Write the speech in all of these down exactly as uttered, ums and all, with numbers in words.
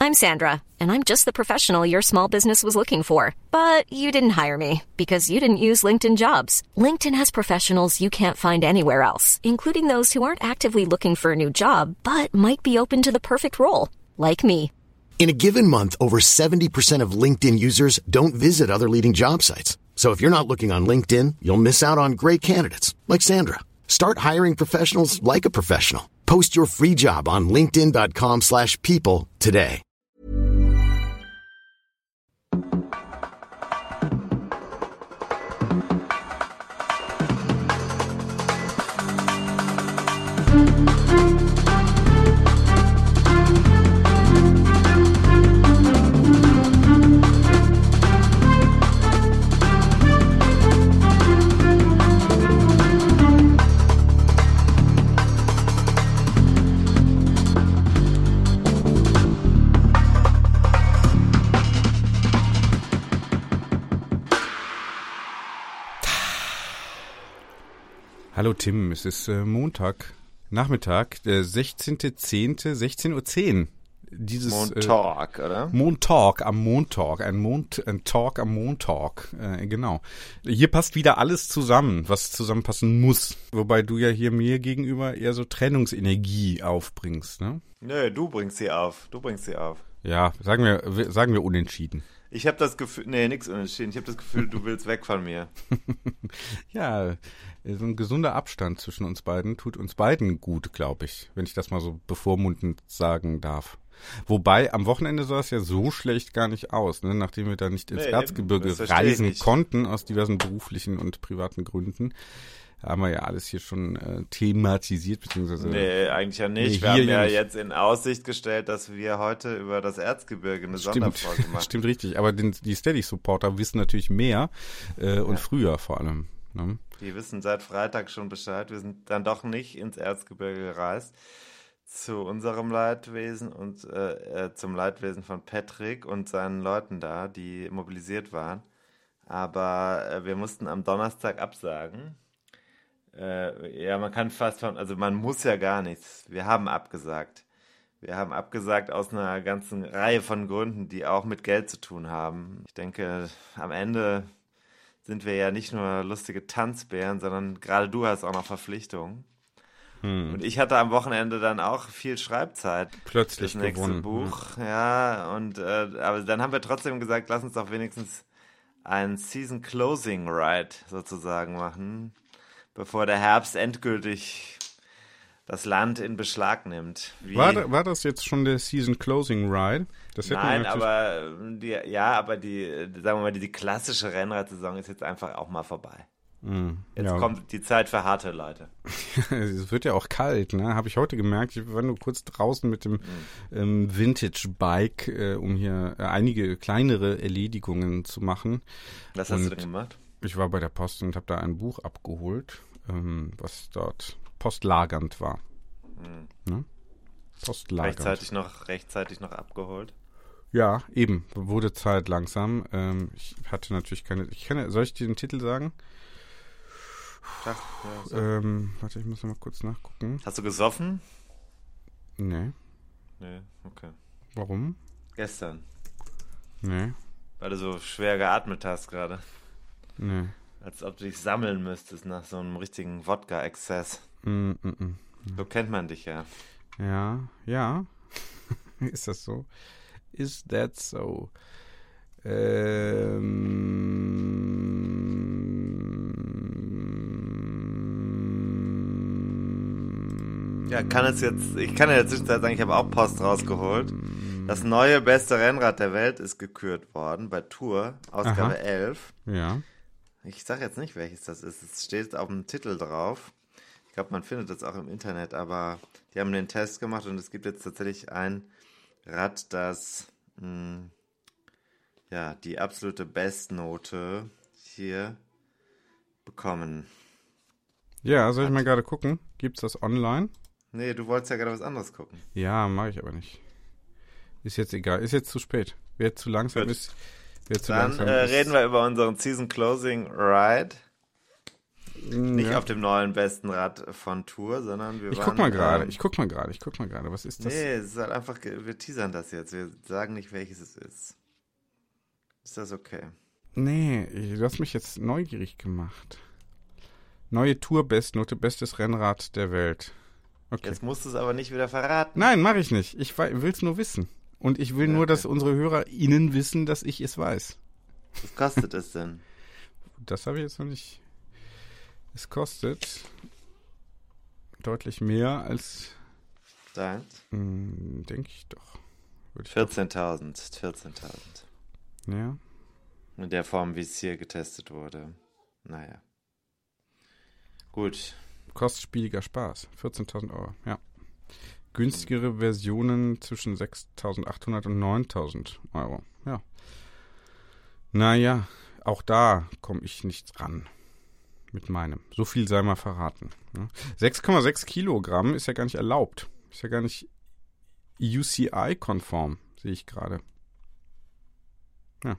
I'm Sandra, and I'm just the professional your small business was looking for. But you didn't hire me because you didn't use LinkedIn Jobs. LinkedIn has professionals you can't find anywhere else, including those who aren't actively looking for a new job, but might be open to the perfect role, like me. In a given month, over seventy percent of LinkedIn users don't visit other leading job sites. So if you're not looking on LinkedIn, you'll miss out on great candidates like Sandra. Start hiring professionals like a professional. Post your free job on linkedin.com slash people today. Hallo Tim, es ist äh, Montag, Nachmittag, der sechzehnter zehnter, sechzehn Uhr zehn. Dieses, Montag, äh, oder? Montag am Montag, ein, Mond, ein Talk am Montag, äh, genau. Hier passt wieder alles zusammen, was zusammenpassen muss. Wobei du ja hier mir gegenüber eher so Trennungsenergie aufbringst, ne? Nö, du bringst sie auf, du bringst sie auf. Ja, sagen wir, sagen wir unentschieden. Ich habe das Gefühl, nee, nix unentschieden. Ich habe das Gefühl, du willst weg von mir. Ja, so ein gesunder Abstand zwischen uns beiden tut uns beiden gut, glaube ich, wenn ich das mal so bevormundend sagen darf. Wobei, am Wochenende sah es ja so schlecht gar nicht aus, ne? Nachdem wir da nicht ins nee, Erzgebirge reisen konnten, aus diversen beruflichen und privaten Gründen. Haben wir ja alles hier schon äh, thematisiert, beziehungsweise... Nee, eigentlich ja nicht. Nee, wir haben ja ja nicht. jetzt in Aussicht gestellt, dass wir heute über das Erzgebirge eine Stimmt, Sonderfolge machen. Stimmt richtig, aber den, die Steady-Supporter wissen natürlich mehr äh, und Ja. früher vor allem. Ne? Die wissen seit Freitag schon Bescheid. Wir sind dann doch nicht ins Erzgebirge gereist. Zu unserem Leidwesen und äh, äh, zum Leidwesen von Patrick und seinen Leuten da, die mobilisiert waren. Aber äh, wir mussten am Donnerstag absagen. Äh, ja, man kann fast von, also man muss ja gar nichts. Wir haben abgesagt. Wir haben abgesagt aus einer ganzen Reihe von Gründen, die auch mit Geld zu tun haben. Ich denke, am Ende sind wir ja nicht nur lustige Tanzbären, sondern gerade du hast auch noch Verpflichtungen. Hm. Und ich hatte am Wochenende dann auch viel Schreibzeit. Plötzlich das nächste gewonnen. Buch, ja, und äh, aber dann haben wir trotzdem gesagt, lass uns doch wenigstens ein Season Closing Ride sozusagen machen, bevor der Herbst endgültig das Land in Beschlag nimmt. Wie War, da, war das jetzt schon der Season Closing Ride? Das hätten wir Nein, natürlich- aber die, ja, aber die, sagen wir mal, die, die klassische Rennradsaison ist jetzt einfach auch mal vorbei. Mm, Jetzt ja. kommt die Zeit für harte Leute. Es wird ja auch kalt, ne? Habe ich heute gemerkt. Ich war nur kurz draußen mit dem Mhm. ähm, Vintage-Bike, äh, um hier äh, einige kleinere Erledigungen zu machen. Was hast du Und denn gemacht? Ich war bei der Post und habe da ein Buch abgeholt, ähm, was dort postlagernd war. Mhm. Ne? Postlagernd. Rechtzeitig noch, rechtzeitig noch abgeholt. Ja, eben. Wurde Zeit langsam. Ähm, ich hatte natürlich keine... Ich kann, ja- soll ich dir den Titel sagen? Ach, ja, so. Ähm, warte, ich muss noch mal kurz nachgucken. Hast du gesoffen? Nee. Nee, okay. Warum? Gestern. Nee. Weil du so schwer geatmet hast gerade. Nee. Als ob du dich sammeln müsstest nach so einem richtigen Wodka-Exzess. Mm, mm, mm. So kennt man dich ja. Ja, ja. Ist das so? Is that so? Ähm, Ja, kann es jetzt, ich kann in der Zwischenzeit sagen, ich habe auch Post rausgeholt. Das neue beste Rennrad der Welt ist gekürt worden bei Tour, Ausgabe Aha. elf. Ja. Ich sage jetzt nicht, welches das ist. Es steht auf dem Titel drauf. Ich glaube, man findet das auch im Internet, aber die haben den Test gemacht und es gibt jetzt tatsächlich ein Rad, das mh, ja, die absolute Bestnote hier bekommen. Ja, soll ich mal gerade gucken? Gibt's das online? Nee, du wolltest ja gerade was anderes gucken. Ja, mache ich aber nicht. Ist jetzt egal. Ist jetzt zu spät. Wer zu langsam Gut. ist, wer zu Dann langsam äh, ist. reden wir über unseren Season Closing Ride. Nicht ja. auf dem neuen besten Rad von Tour, sondern wir Ich waren... guck mal gerade, ähm, ich guck mal gerade, ich guck mal gerade. Was ist das? Nee, es ist halt einfach, ge- wir teasern das jetzt. Wir sagen nicht, welches es ist. Ist das okay? Nee, du hast mich jetzt neugierig gemacht. Neue Tour-Bestnote, bestes Rennrad der Welt. Okay. Jetzt musst du es aber nicht wieder verraten. Nein, mache ich nicht. Ich will es nur wissen. Und ich will Ja, nur, okay. dass unsere HörerInnen wissen, dass ich es weiß. Was kostet es denn? Das habe ich jetzt noch nicht. Es kostet deutlich mehr als, Deins? denke ich doch. Würde ich vierzehntausend. vierzehntausend. doch- Ja. In der Form, wie es hier getestet wurde. Naja. Gut. Kostspieliger Spaß. vierzehntausend Euro, ja. Günstigere Versionen zwischen sechstausendachthundert und neuntausend Euro, ja. Naja, auch da komme ich nicht ran mit meinem. So viel sei mal verraten. Ne? sechs Komma sechs Kilogramm ist ja gar nicht erlaubt. Ist ja gar nicht U C I-konform, sehe ich gerade. Ja.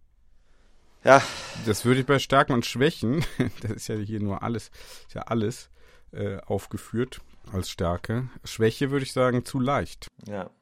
Ja, Das würde ich bei Stärken und Schwächen, das ist ja hier nur alles, ist ja alles äh, aufgeführt als Stärke. Schwäche würde ich sagen, zu leicht. ja.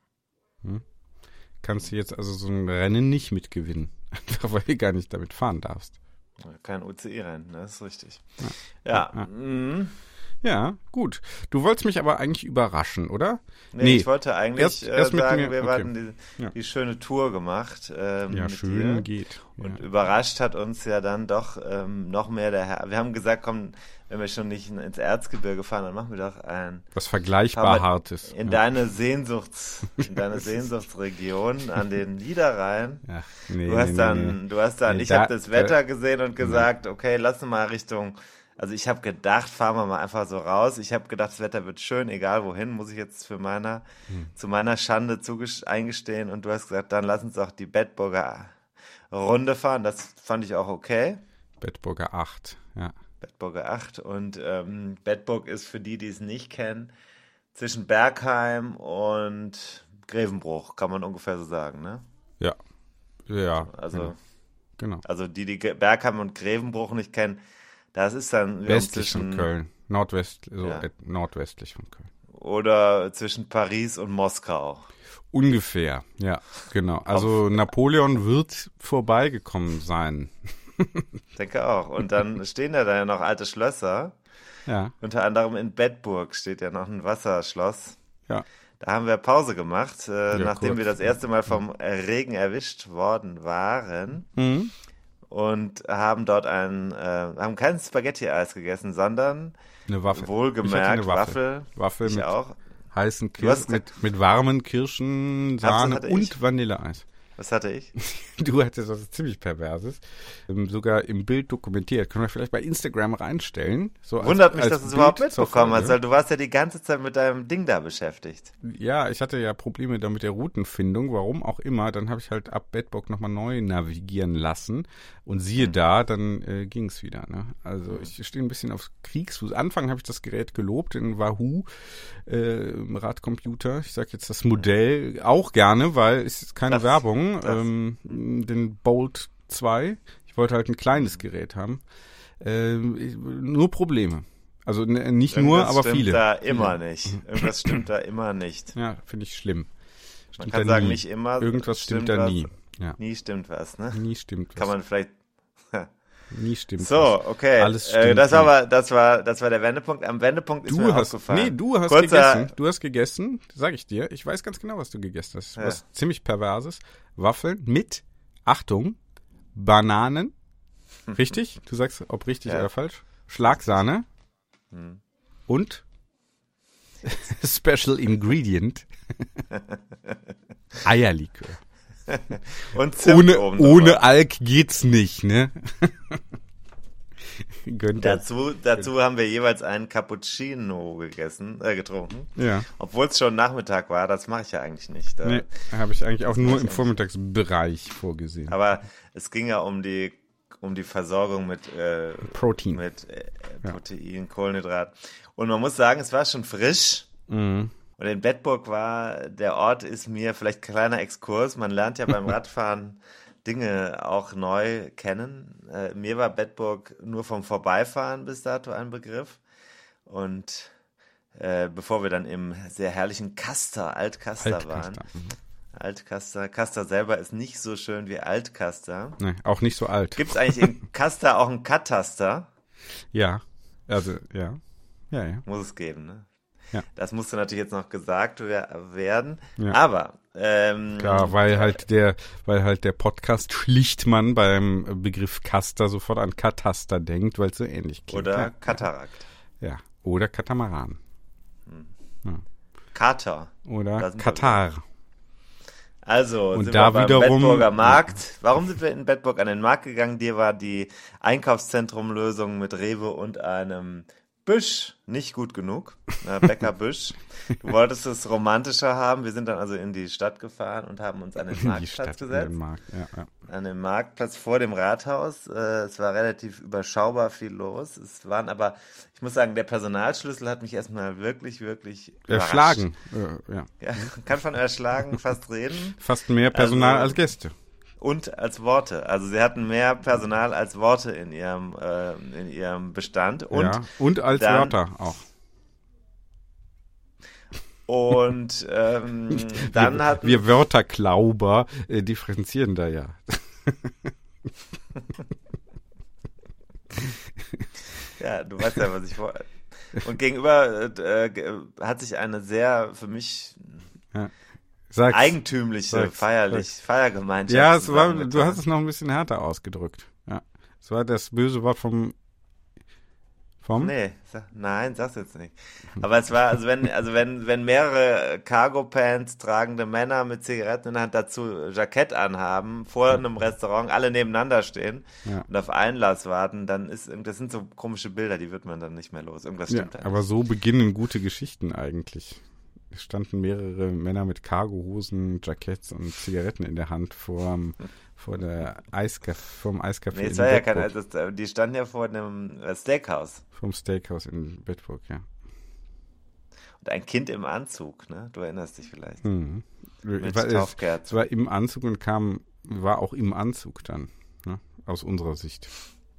Kannst du jetzt also so ein Rennen nicht mitgewinnen. Einfach weil du gar nicht damit fahren darfst. Kein U C I-Rennen, das ist richtig. Ja. Ja. Mhm. Ja, gut. Du wolltest mich aber eigentlich überraschen, oder? Nee, Nee. ich wollte eigentlich Erst- äh, erst mit sagen, mir- wir okay. hatten die, Ja. die schöne Tour gemacht. Ähm, Ja, mit schön dir. geht. Und Ja. überrascht hat uns ja dann doch ähm, noch mehr der Herr. Wir haben gesagt, komm, wenn wir schon nicht ins Erzgebirge fahren, dann machen wir doch ein Was vergleichbar fahren wir Hartes. in ja. deine Sehnsuchts, in deine Sehnsuchtsregion an den Niederrhein. Ach, nee, Du hast nee, dann, nee. du hast dann, Nee, ich da- habe das Wetter gesehen und gesagt, okay, lass uns mal Richtung. Also ich habe gedacht, fahren wir mal einfach so raus. Ich habe gedacht, das Wetter wird schön, egal wohin, muss ich jetzt für meiner, Hm. zu meiner Schande zugest- eingestehen. Und du hast gesagt, dann lass uns auch die Bedburger Runde fahren. Das fand ich auch okay. Bedburger acht, ja. Bedburger acht. Und ähm, Bedburg ist für die, die es nicht kennen, zwischen Bergheim und Grevenbruch, kann man ungefähr so sagen, ne? Ja. Ja. Also, genau. genau. also die, die Ge- Bergheim und Grevenbruch nicht kennen, das ist dann wiederum Westlich zwischen, von Köln. Nordwest, so Ja. et- nordwestlich von Köln. oder zwischen Paris und Moskau. Ungefähr, ja, genau. Also Napoleon wird vorbeigekommen sein. Denke auch. Und dann stehen da ja noch alte Schlösser. Ja, Unter anderem in Bedburg steht ja noch ein Wasserschloss. ja. Da haben wir Pause gemacht, äh, Ja, nachdem kurz. wir das erste Mal vom Regen erwischt worden waren. Mhm. Und haben dort ein, äh, haben kein Spaghetti-Eis gegessen, sondern Eine Waffe. Ich wohlgemerkt hatte eine Waffel. Waffel Ich mit auch. heißen Du hast Kirschen, mit, mit warmen Kirschen, Ach, das Sahne hatte ich. und Vanilleeis. Was hatte ich? Du hattest was ziemlich Perverses. Ähm, sogar im Bild dokumentiert. Können wir vielleicht bei Instagram reinstellen. So als- Wundert mich, als dass du es überhaupt Bild zur mitbekommen Folge. hast, weil du warst ja die ganze Zeit mit deinem Ding da beschäftigt. Ja, ich hatte ja Probleme da mit der Routenfindung, warum auch immer. Dann habe ich halt ab Bedburg nochmal neu navigieren lassen. Und siehe Mhm. da, dann äh, ging es wieder. Ne? Also ich stehe ein bisschen auf Kriegsfuß. Anfang habe ich das Gerät gelobt, in Wahoo, äh, im Radcomputer. Ich sage jetzt das Modell auch gerne, weil es ist keine Das- Werbung. das- Ähm, den Bolt zwei. Ich wollte halt ein kleines Gerät haben. Ähm, ich- nur Probleme. Also n- nicht nur, Irgendwas aber stimmt viele. da immer nicht. Irgendwas stimmt da immer nicht. Ja, finde ich schlimm. Man Stimmt kann da sagen, nie. nicht immer. Irgendwas stimmt, da was. nie. Ja, Nie stimmt was, ne? nie stimmt was. Kann man vielleicht. nie stimmt So, was. okay. Alles äh, stimmt das war nie. aber, das war, das war der Wendepunkt. Am Wendepunkt ist Du mir hast, aufgefallen. nee, du hast Kurzer, gegessen. Du hast gegessen, sag ich dir. Ich weiß ganz genau, was du gegessen hast. Ja. Was ziemlich Perverses. Waffeln mit, Achtung, Bananen. Richtig? Du sagst, ob richtig Ja. oder falsch. Schlagsahne. Hm. Und Special Ingredient. Eierlikör. Und Zimt Ohne, oben ohne drüber. Alk geht's nicht, ne? Gönnt das. Dazu, dazu haben wir jeweils einen Cappuccino gegessen, äh, getrunken. Ja. Obwohl es schon Nachmittag war, das mache ich ja eigentlich nicht. Nee, habe ich eigentlich auch nur weiß im ich Vormittagsbereich vorgesehen. Aber es ging ja um die, um die Versorgung mit, äh, Protein. mit äh, Ja. Protein, Kohlenhydrat. Und man muss sagen, es war schon frisch. Mhm. Und in Bedburg war, der Ort ist mir vielleicht ein kleiner Exkurs. Man lernt ja beim Radfahren Dinge auch neu kennen. Äh, mir war Bedburg nur vom Vorbeifahren bis dato ein Begriff. Und äh, bevor wir dann im sehr herrlichen Kaster, Altkaster, Altkaster. waren. Mhm. Altkaster. Kaster selber ist nicht so schön wie Altkaster. Nee, auch nicht so alt. Gibt es eigentlich in Kaster auch einen Kataster? Ja, also, ja. Ja, ja. Muss es geben, ne? Ja. Das musste natürlich jetzt noch gesagt wer- werden. Ja. Aber, ähm, Klar, weil halt der, weil halt der Podcast Schlichtmann beim Begriff Kaster sofort an Kataster denkt, weil es so ähnlich klingt. oder ja. Katarakt. Ja, oder Katamaran. Kater. Da Oder sind wir Katar. Also, Und sind da wir beim wiederum- Bedburger Markt. Warum sind wir in Bedburg an den Markt gegangen? Dir war die Einkaufszentrumlösung mit Rewe und einem Büsch nicht gut genug. Äh, Bäcker Büsch. Du wolltest es romantischer haben. Wir sind dann also in die Stadt gefahren und haben uns an den Die Marktplatz Stadt in gesetzt. den Markt. Ja, ja. An dem Marktplatz vor dem Rathaus. Äh, es war relativ überschaubar viel los. Es waren aber, ich muss sagen, der Personalschlüssel hat mich erstmal wirklich, wirklich Erschlagen. Äh, ja. Ja, kann von erschlagen fast reden. Fast mehr Personal Also- als Gäste. Und als Worte. Also sie hatten mehr Personal als Worte in ihrem, äh, in ihrem Bestand. Und, ja. Und als dann- Wörter auch. und ähm, dann wir, hatten wir Wörterklauber äh, differenzieren da ja. ja, du weißt ja, was ich vor. Und gegenüber äh, ge- hat sich eine sehr für mich Sag's. eigentümliche, sag's, feierlich, Feiergemeinschaft. Ja, es war, du zusammengetan. hast es noch ein bisschen härter ausgedrückt. Ja. Es war das böse Wort vom vom Nee, sag, nein, sag's jetzt nicht. Aber es war, also wenn, also wenn, wenn mehrere Cargo-Pants tragende Männer mit Zigaretten in der Hand dazu Jackett anhaben, vor einem Restaurant alle nebeneinander stehen Ja. und auf Einlass warten, dann ist, irgend- das sind so komische Bilder, die wird man dann nicht mehr los. Irgendwas Ja, stimmt da aber nicht. so beginnen gute Geschichten eigentlich. Es standen mehrere Männer mit Cargohosen, Jacketts und Zigaretten in der Hand vor, vor der Eiscafé, vom Eiscafé Nee, es in war ja kein, Bedburg. also, die standen ja vor einem äh, Steakhouse. Vom Steakhouse in Bedburg, ja. Und ein Kind im Anzug, ne? Du erinnerst dich vielleicht. Mhm. Mit War- es, Taufkerzen. es war im Anzug und kam, war auch im Anzug dann, ne? Aus unserer Sicht.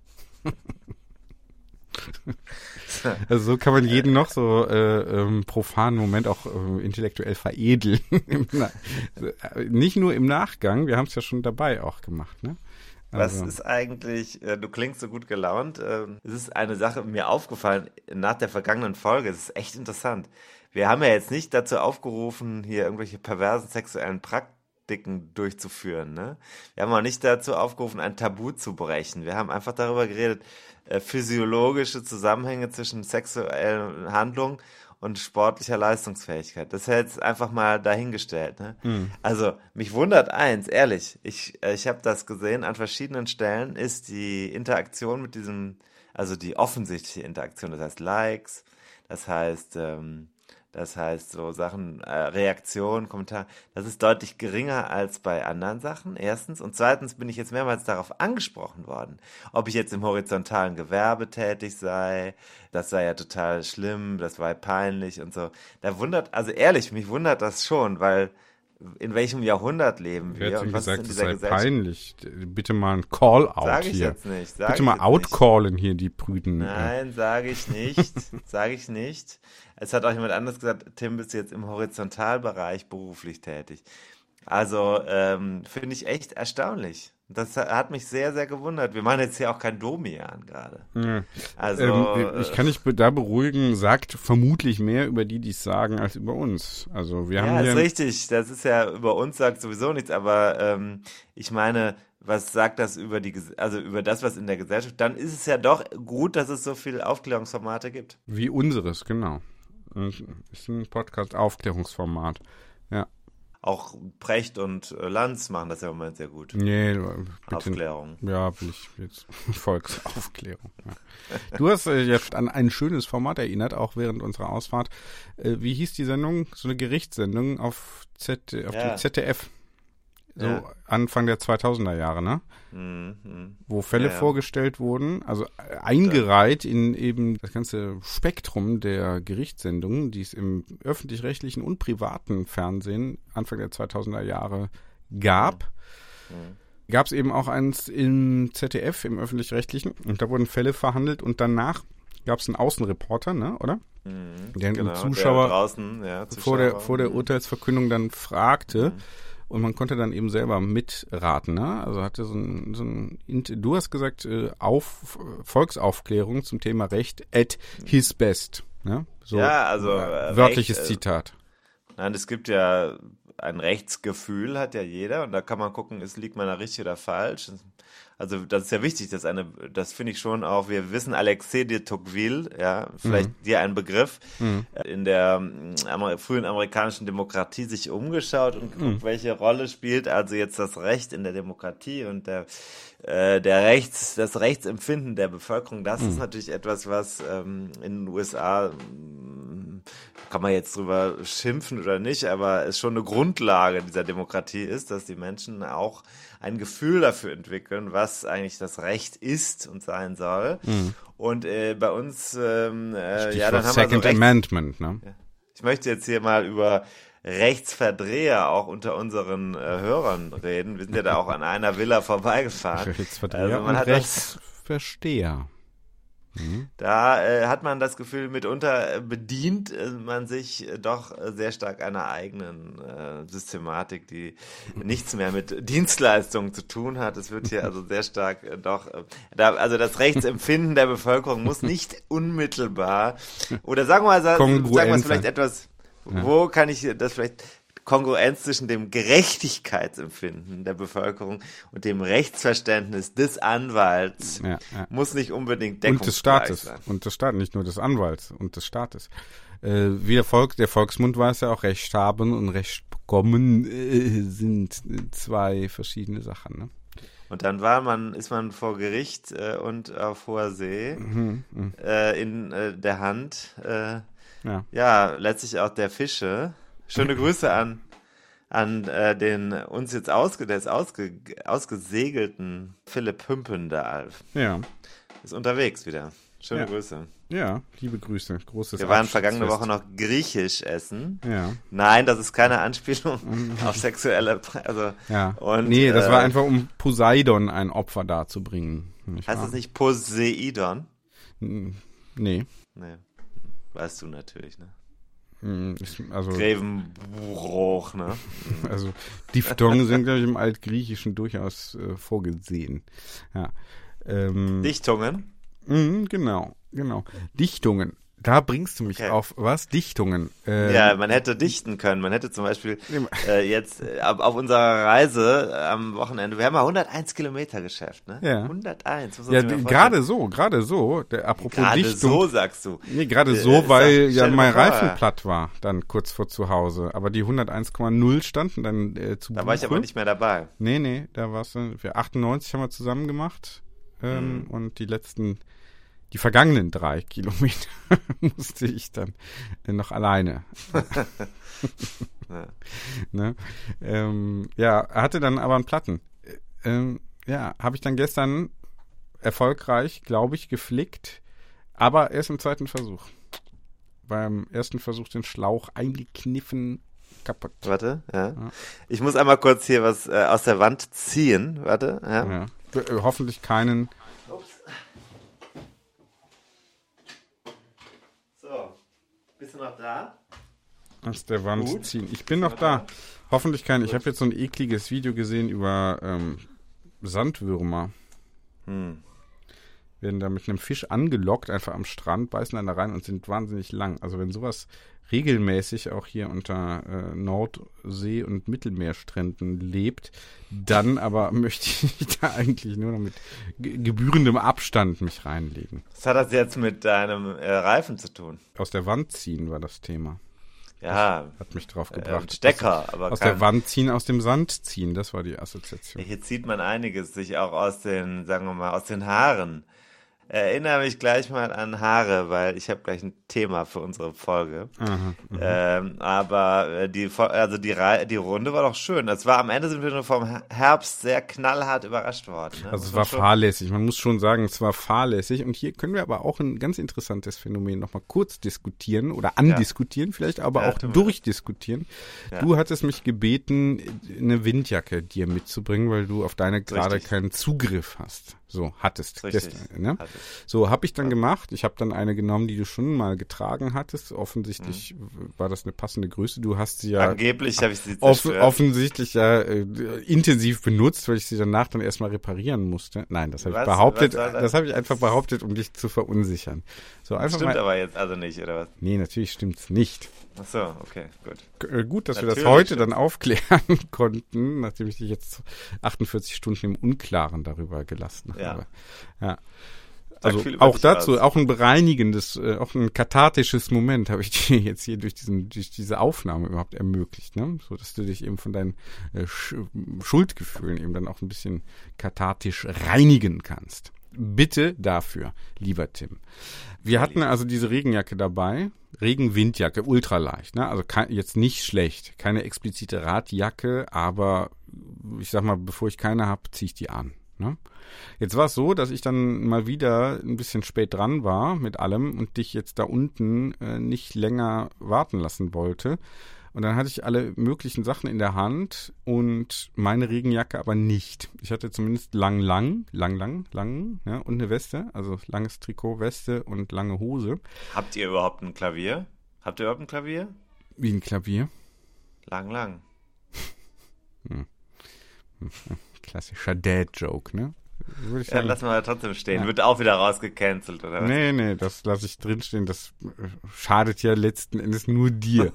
Also so kann man jeden noch so äh, ähm, profanen Moment auch äh, intellektuell veredeln. Im Na- äh, Nicht nur im Nachgang, wir haben es ja schon dabei auch gemacht, ne? Was Also, ist eigentlich, äh, du klingst so gut gelaunt, ähm, es ist eine Sache mir aufgefallen nach der vergangenen Folge, es ist echt interessant. Wir haben ja jetzt nicht dazu aufgerufen, hier irgendwelche perversen sexuellen Praktiken durchzuführen, ne? Wir haben auch nicht dazu aufgerufen, ein Tabu zu brechen. Wir haben einfach darüber geredet, äh, physiologische Zusammenhänge zwischen sexuellen Handlungen und sportlicher Leistungsfähigkeit. Das ist jetzt einfach mal dahingestellt. Ne? Mhm. Also mich wundert eins, ehrlich, ich, äh, ich habe das gesehen, an verschiedenen Stellen ist die Interaktion mit diesem, also die offensichtliche Interaktion, das heißt Likes, das heißt, ähm, das heißt so Sachen, äh, Reaktion, Kommentar, das ist deutlich geringer als bei anderen Sachen, erstens. Und zweitens bin ich jetzt mehrmals darauf angesprochen worden, ob ich jetzt im horizontalen Gewerbe tätig sei, das sei ja total schlimm, das war peinlich und so. Da wundert, also ehrlich, mich wundert das schon, weil in welchem Jahrhundert leben wer wir hat denn und was gesagt, ist in es dieser sei Gesellschaft? peinlich? Bitte mal ein Call-out Sag ich hier. jetzt nicht. Sag Bitte ich mal jetzt nicht. outcallen hier, die Prüden. Nein, sage ich nicht. Sage ich nicht. Es hat auch jemand anderes gesagt, Tim, bist du jetzt im Horizontalbereich beruflich tätig. Also ähm, finde ich echt erstaunlich. Das hat mich sehr, sehr gewundert. Wir machen jetzt hier auch kein Domian gerade. Ja. Also Ähm, ich kann dich be- da beruhigen, sagt vermutlich mehr über die, die es sagen, als über uns. Also wir haben ja, hier ist richtig. Das ist ja über uns sagt sowieso nichts, aber ähm, ich meine, was sagt das über die, Ges- also über das, was in der Gesellschaft? Dann ist es ja doch gut, dass es so viele Aufklärungsformate gibt. wie unseres, genau. Und ist ein Podcast-Aufklärungsformat. Ja. Auch Precht und äh, Lanz machen das ja im Moment sehr gut. Nee, bitte. Aufklärung. Ja, will ich jetzt Volksaufklärung. Ja. Du hast äh, jetzt an ein schönes Format erinnert, auch während unserer Ausfahrt. Äh, wie hieß die Sendung? So eine Gerichtssendung auf, Z, auf Ja. dem Z D F. So Ja. Anfang der zweitausender Jahre, ne? Mhm, mhm. Wo Fälle Ja, ja. vorgestellt wurden, also äh, eingereiht in eben das ganze Spektrum der Gerichtssendungen, die es im öffentlich-rechtlichen und privaten Fernsehen Anfang der zweitausender Jahre gab. Mhm. gab es eben auch eins im Z D F, im Öffentlich-Rechtlichen, und da wurden Fälle verhandelt und danach gab es einen Außenreporter, ne, oder? Mhm, der genau, einen Zuschauer, der draußen, ja, Zuschauer vor der vor der mhm. Urteilsverkündung dann fragte, Mhm. und man konnte dann eben selber mitraten, ne? Also hatte so ein, so ein du hast gesagt, äh, auf, Volksaufklärung zum Thema Recht at his best, ne? So, ja, also äh, wörtliches Recht, Zitat. Äh, nein, es gibt ja ein Rechtsgefühl, hat ja jeder, und da kann man gucken, ist, liegt man da richtig oder falsch. Also das ist ja wichtig, dass eine, das finde ich schon auch, wir wissen, Alexis de Tocqueville, ja, vielleicht mhm. dir ein Begriff, mhm. in der Amer- frühen amerikanischen Demokratie sich umgeschaut und geguckt, mhm. welche Rolle spielt also jetzt das Recht in der Demokratie und der, äh, der Rechts, das Rechtsempfinden der Bevölkerung. Das mhm. ist natürlich etwas, was ähm, in den U S A, kann man jetzt drüber schimpfen oder nicht, aber es schon eine Grundlage dieser Demokratie ist, dass die Menschen auch ein Gefühl dafür entwickeln, was eigentlich das Recht ist und sein soll. Mhm. Und äh, bei uns, ähm, äh, ja, dann haben wir Second so Rechts- Amendment, ne? Ja. Ich möchte jetzt hier mal über Rechtsverdreher auch unter unseren äh, Hörern reden. Wir sind ja da auch an einer Villa vorbeigefahren. Rechtsverdreher also man und hat Rechtsversteher. Da äh, hat man das Gefühl, mitunter äh, bedient äh, man sich äh, doch äh, sehr stark einer eigenen äh, Systematik, die nichts mehr mit Dienstleistungen zu tun hat. Es wird hier also sehr stark äh, doch, äh, da, also das Rechtsempfinden der Bevölkerung muss nicht unmittelbar, oder sagen wir mal, sagen wir es vielleicht etwas, ja. Wo kann ich das vielleicht... Kongruenz zwischen dem Gerechtigkeitsempfinden der Bevölkerung und dem Rechtsverständnis des Anwalts ja, ja. muss nicht unbedingt deckungsgleich und des Staates sein. Und des Staates, nicht nur des Anwalts und des Staates. Äh, wie der Volk, der Volksmund weiß ja auch, Recht haben und Recht bekommen äh, sind zwei verschiedene Sachen, ne? Und dann war man, ist man vor Gericht äh, und auf hoher See mhm, äh, in äh, der Hand äh, ja. ja letztlich auch der Fische. Schöne Grüße an, an äh, den uns jetzt ausge, der ist ausge, ausgesegelten Philipp Hümpendahl. Ja. Ist unterwegs wieder. Schöne ja. Grüße. Ja, liebe Grüße. Großes Wir waren vergangene Woche noch griechisch essen. Ja. Nein, das ist keine Anspielung auf sexuelle... Also, ja. und, nee, das äh, war einfach, um Poseidon ein Opfer darzubringen. Heißt das nicht Poseidon? Nee. Nee. Weißt du natürlich, ne? Also, Grevenbruch, ne? Also Diphthongen sind, glaube ich, im Altgriechischen durchaus äh, vorgesehen. Ja. Ähm, Dichtungen? Mh, genau, genau. Dichtungen. Da bringst du mich okay. auf was? Dichtungen. Ähm, ja, man hätte dichten können. Man hätte zum Beispiel äh, jetzt äh, auf unserer Reise äh, am Wochenende, wir haben ja hunderteins Kilometer geschafft, ne? Ja. hunderteins. Ja, gerade so, gerade so. Der, apropos grade Dichtung. Gerade so, sagst du. Nee, gerade so, äh, weil ja mein Reifen platt war, dann kurz vor zu Hause. Aber die hunderteins Komma null standen dann äh, zu Da Buche. war ich aber nicht mehr dabei. Nee, nee, da war's dann, wir achtundneunzig haben wir zusammen gemacht. Ähm, mhm. Und die letzten Die vergangenen drei Kilometer musste ich dann noch alleine. ja. Ne? Ähm, ja, hatte dann aber einen Platten. Ähm, ja, habe ich dann gestern erfolgreich, glaube ich, geflickt, aber erst im zweiten Versuch. Beim ersten Versuch den Schlauch eingekniffen, kaputt. Warte, ja. ja. Ich muss einmal kurz hier was äh, aus der Wand ziehen. Warte, ja. ja. Äh, hoffentlich keinen... Ups. Bist du noch da? Aus der Wand Gut. ziehen. Ich bin noch da. Hoffentlich kein. Ich habe jetzt so ein ekliges Video gesehen über ähm, Sandwürmer. Hm. Werden da mit einem Fisch angelockt, einfach am Strand, beißen dann da rein und sind wahnsinnig lang. Also wenn sowas regelmäßig auch hier unter äh, Nordsee- und Mittelmeerstränden lebt, dann aber möchte ich da eigentlich nur noch mit ge- gebührendem Abstand mich reinlegen. Was hat das jetzt mit deinem äh, Reifen zu tun? Aus der Wand ziehen war das Thema. Ja. Das hat mich drauf gebracht. Äh, Stecker, aus, aber Aus kein... der Wand ziehen, aus dem Sand ziehen, das war die Assoziation. Hier zieht man einiges sich auch aus den, sagen wir mal, aus den Haaren. erinnere mich gleich mal an Haare, weil ich habe gleich ein Thema für unsere Folge. Aha, ähm, aber die, also die, die Runde war doch schön. Das war am Ende sind wir nur vom Herbst sehr knallhart überrascht worden. Ne? Also es war schon fahrlässig. Man muss schon sagen, es war fahrlässig. Und hier können wir aber auch ein ganz interessantes Phänomen nochmal kurz diskutieren oder andiskutieren, ja. vielleicht aber ja, auch durchdiskutieren. Ja. Du hattest mich gebeten, eine Windjacke dir mitzubringen, weil du auf deine gerade keinen Zugriff hast. So, hattest. Richtig. Gestern, ne? Hattest. So, habe ich dann ja. gemacht. Ich habe dann eine genommen, die du schon mal getragen hattest. Offensichtlich mhm. war das eine passende Größe. Du hast sie ja angeblich habe ich sie off- offensichtlich ja äh, intensiv benutzt, weil ich sie danach dann erstmal reparieren musste. Nein, das habe ich behauptet. Das, das habe ich einfach behauptet, um dich zu verunsichern. So, einfach stimmt mal, aber jetzt also nicht, oder was? Nee, natürlich stimmt's nicht. Ach so, okay, gut. G- gut, dass Natürlich wir das heute stimmt. dann aufklären konnten, nachdem ich dich jetzt achtundvierzig Stunden im Unklaren darüber gelassen ja. habe. Ja. Also viel auch dazu, aus. auch ein bereinigendes, äh, auch ein kathartisches Moment habe ich dir jetzt hier durch diesen, durch diese Aufnahme überhaupt ermöglicht, ne? So dass du dich eben von deinen äh, Sch- Schuldgefühlen eben dann auch ein bisschen kathartisch reinigen kannst. Bitte dafür, lieber Tim. Wir hatten also diese Regenjacke dabei, Regen-Windjacke, ultraleicht, ne? Also kein, jetzt nicht schlecht, keine explizite Radjacke, aber ich sag mal, bevor ich keine habe, ziehe ich die an, ne? Jetzt war es so, dass ich dann mal wieder ein bisschen spät dran war mit allem und dich jetzt da unten äh, nicht länger warten lassen wollte. Und dann hatte ich alle möglichen Sachen in der Hand und meine Regenjacke aber nicht. Ich hatte zumindest lang, lang, lang, lang, lang, ja, und eine Weste, also langes Trikot, Weste und lange Hose. Habt ihr überhaupt ein Klavier? Habt ihr überhaupt ein Klavier? Wie ein Klavier? Lang, lang. Hm. Klassischer Dad-Joke, ne? Würde ich Ja, sagen. lassen wir trotzdem stehen. Ja. Wird auch wieder rausgecancelt, oder was? Nee, nee, das lasse ich drinstehen. Das schadet ja letzten Endes nur dir.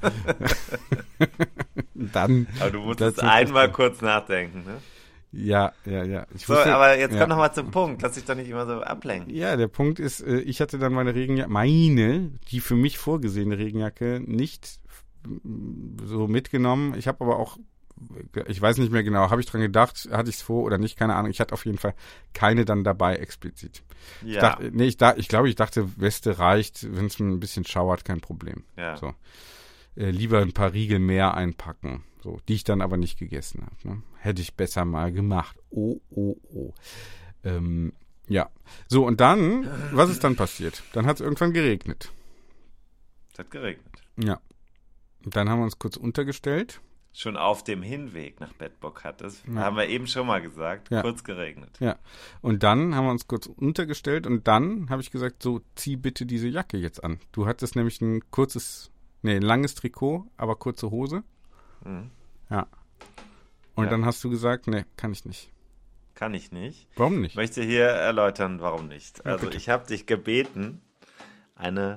Dann. Aber du musstest einmal kurz nachdenken, ne? Ja, ja, ja. Ich so, wusste, aber jetzt ja. komm noch mal zum Punkt. Lass dich doch nicht immer so ablenken. Ja, der Punkt ist, ich hatte dann meine Regenjacke, meine, die für mich vorgesehene Regenjacke nicht so mitgenommen. Ich habe aber auch, ich weiß nicht mehr genau, habe ich dran gedacht, hatte ich es vor oder nicht, keine Ahnung. Ich hatte auf jeden Fall keine dann dabei explizit. Ja. Ich dachte, nee, ich, da, ich glaube, ich dachte, Weste reicht, wenn es ein bisschen schauert, kein Problem. Ja. So. Äh, lieber ein paar Riegel mehr einpacken, so, die ich dann aber nicht gegessen habe. Ne? Hätte ich besser mal gemacht. Oh, oh, oh. Ähm, ja. So, und dann, was ist dann passiert? Dann hat es irgendwann geregnet. Es hat geregnet. Ja. Und dann haben wir uns kurz untergestellt. Schon auf dem Hinweg nach Bedburg hat es, Ja. haben wir eben schon mal gesagt, Ja. kurz geregnet. Ja. Und dann haben wir uns kurz untergestellt und dann habe ich gesagt, so, zieh bitte diese Jacke jetzt an. Du hattest nämlich ein kurzes, nee, ein langes Trikot, aber kurze Hose. Mhm. Ja. Und Ja. dann hast du gesagt, nee, kann ich nicht. Kann ich nicht. Warum Ich nicht? möchte hier erläutern, warum nicht. Ja, Also bitte. ich habe dich gebeten, eine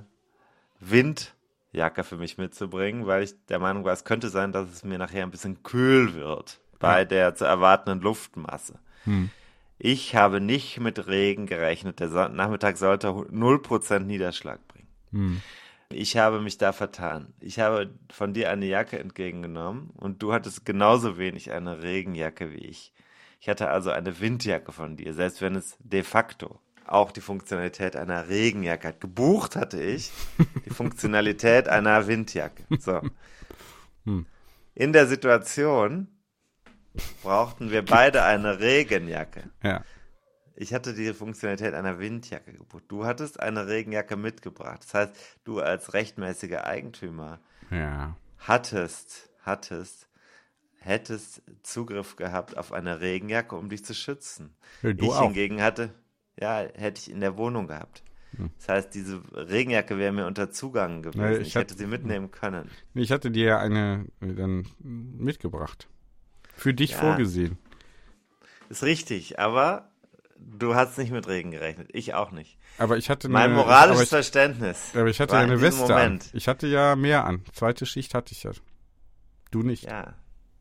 Windjacke für mich mitzubringen, weil ich der Meinung war, es könnte sein, dass es mir nachher ein bisschen kühl wird bei Ja. der zu erwartenden Luftmasse. Hm. Ich habe nicht mit Regen gerechnet. Der Son- Nachmittag sollte null Prozent Niederschlag bringen. Hm. Ich habe mich da vertan. Ich habe von dir eine Jacke entgegengenommen und du hattest genauso wenig eine Regenjacke wie ich. Ich hatte also eine Windjacke von dir, selbst wenn es de facto auch die Funktionalität einer Regenjacke hat. Gebucht hatte ich die Funktionalität einer Windjacke. So. Hm. In der Situation brauchten wir beide eine Regenjacke. Ja. Ich hatte die Funktionalität einer Windjacke gebucht. Du hattest eine Regenjacke mitgebracht. Das heißt, du als rechtmäßiger Eigentümer Ja. hattest, hattest, hättest Zugriff gehabt auf eine Regenjacke, um dich zu schützen. Ja, du ich auch. hingegen hatte, ja, hätte ich in der Wohnung gehabt. Hm. Das heißt, diese Regenjacke wäre mir unter Zugang gewesen. Ja, ich ich hätte hab- sie mitnehmen können. Ich hatte dir ja eine äh, dann mitgebracht. Für dich Ja. vorgesehen. Ist richtig, aber du hast nicht mit Regen gerechnet. Ich auch nicht. Aber ich hatte Mein eine, moralisches aber ich, Verständnis. aber ich hatte war ja in eine diesem Weste Moment. an. Ich hatte ja mehr an. Zweite Schicht hatte ich ja. Du nicht. Ja.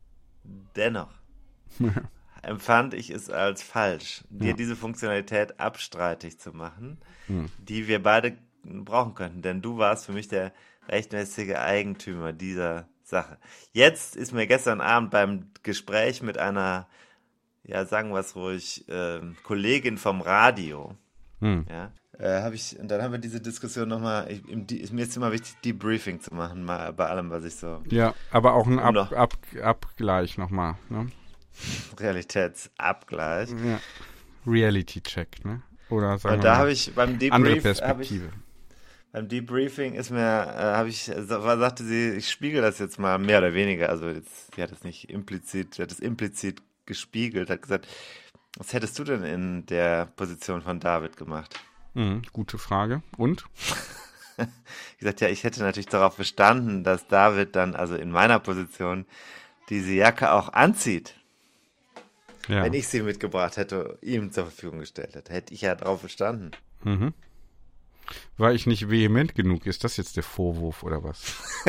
Dennoch empfand ich es als falsch, dir Ja. diese Funktionalität abstreitig zu machen, Hm. die wir beide brauchen könnten. Denn du warst für mich der rechtmäßige Eigentümer dieser Sache. Jetzt ist mir gestern Abend beim Gespräch mit einer, ja, sagen wir es ruhig, ähm, Kollegin vom Radio, Hm. ja, äh, habe ich, und dann haben wir diese Diskussion nochmal, ich, im, die, mir ist immer wichtig, Debriefing zu machen, mal bei allem, was ich so... Ja, aber auch ein um Ab, noch- Ab, Abgleich nochmal, ne? Realitätsabgleich. Ja. Reality-Check, ne? Oder sagen Und wir da mal, habe ich beim andere Debrief, habe ich, Perspektive. beim Debriefing ist mir, äh, habe ich, äh, sagte sie, ich spiegel das jetzt mal mehr oder weniger, also jetzt, sie hat es nicht implizit, sie hat es implizit gespiegelt, hat gesagt, was hättest du denn in der Position von David gemacht? Mhm, gute Frage. Und? Ich gesagt, ja, ich hätte natürlich darauf bestanden, dass David dann, also in meiner Position, diese Jacke auch anzieht. Ja. Wenn ich sie mitgebracht hätte, ihm zur Verfügung gestellt hätte, hätte ich ja darauf bestanden. Mhm. War ich nicht vehement genug? Ist das jetzt der Vorwurf oder was?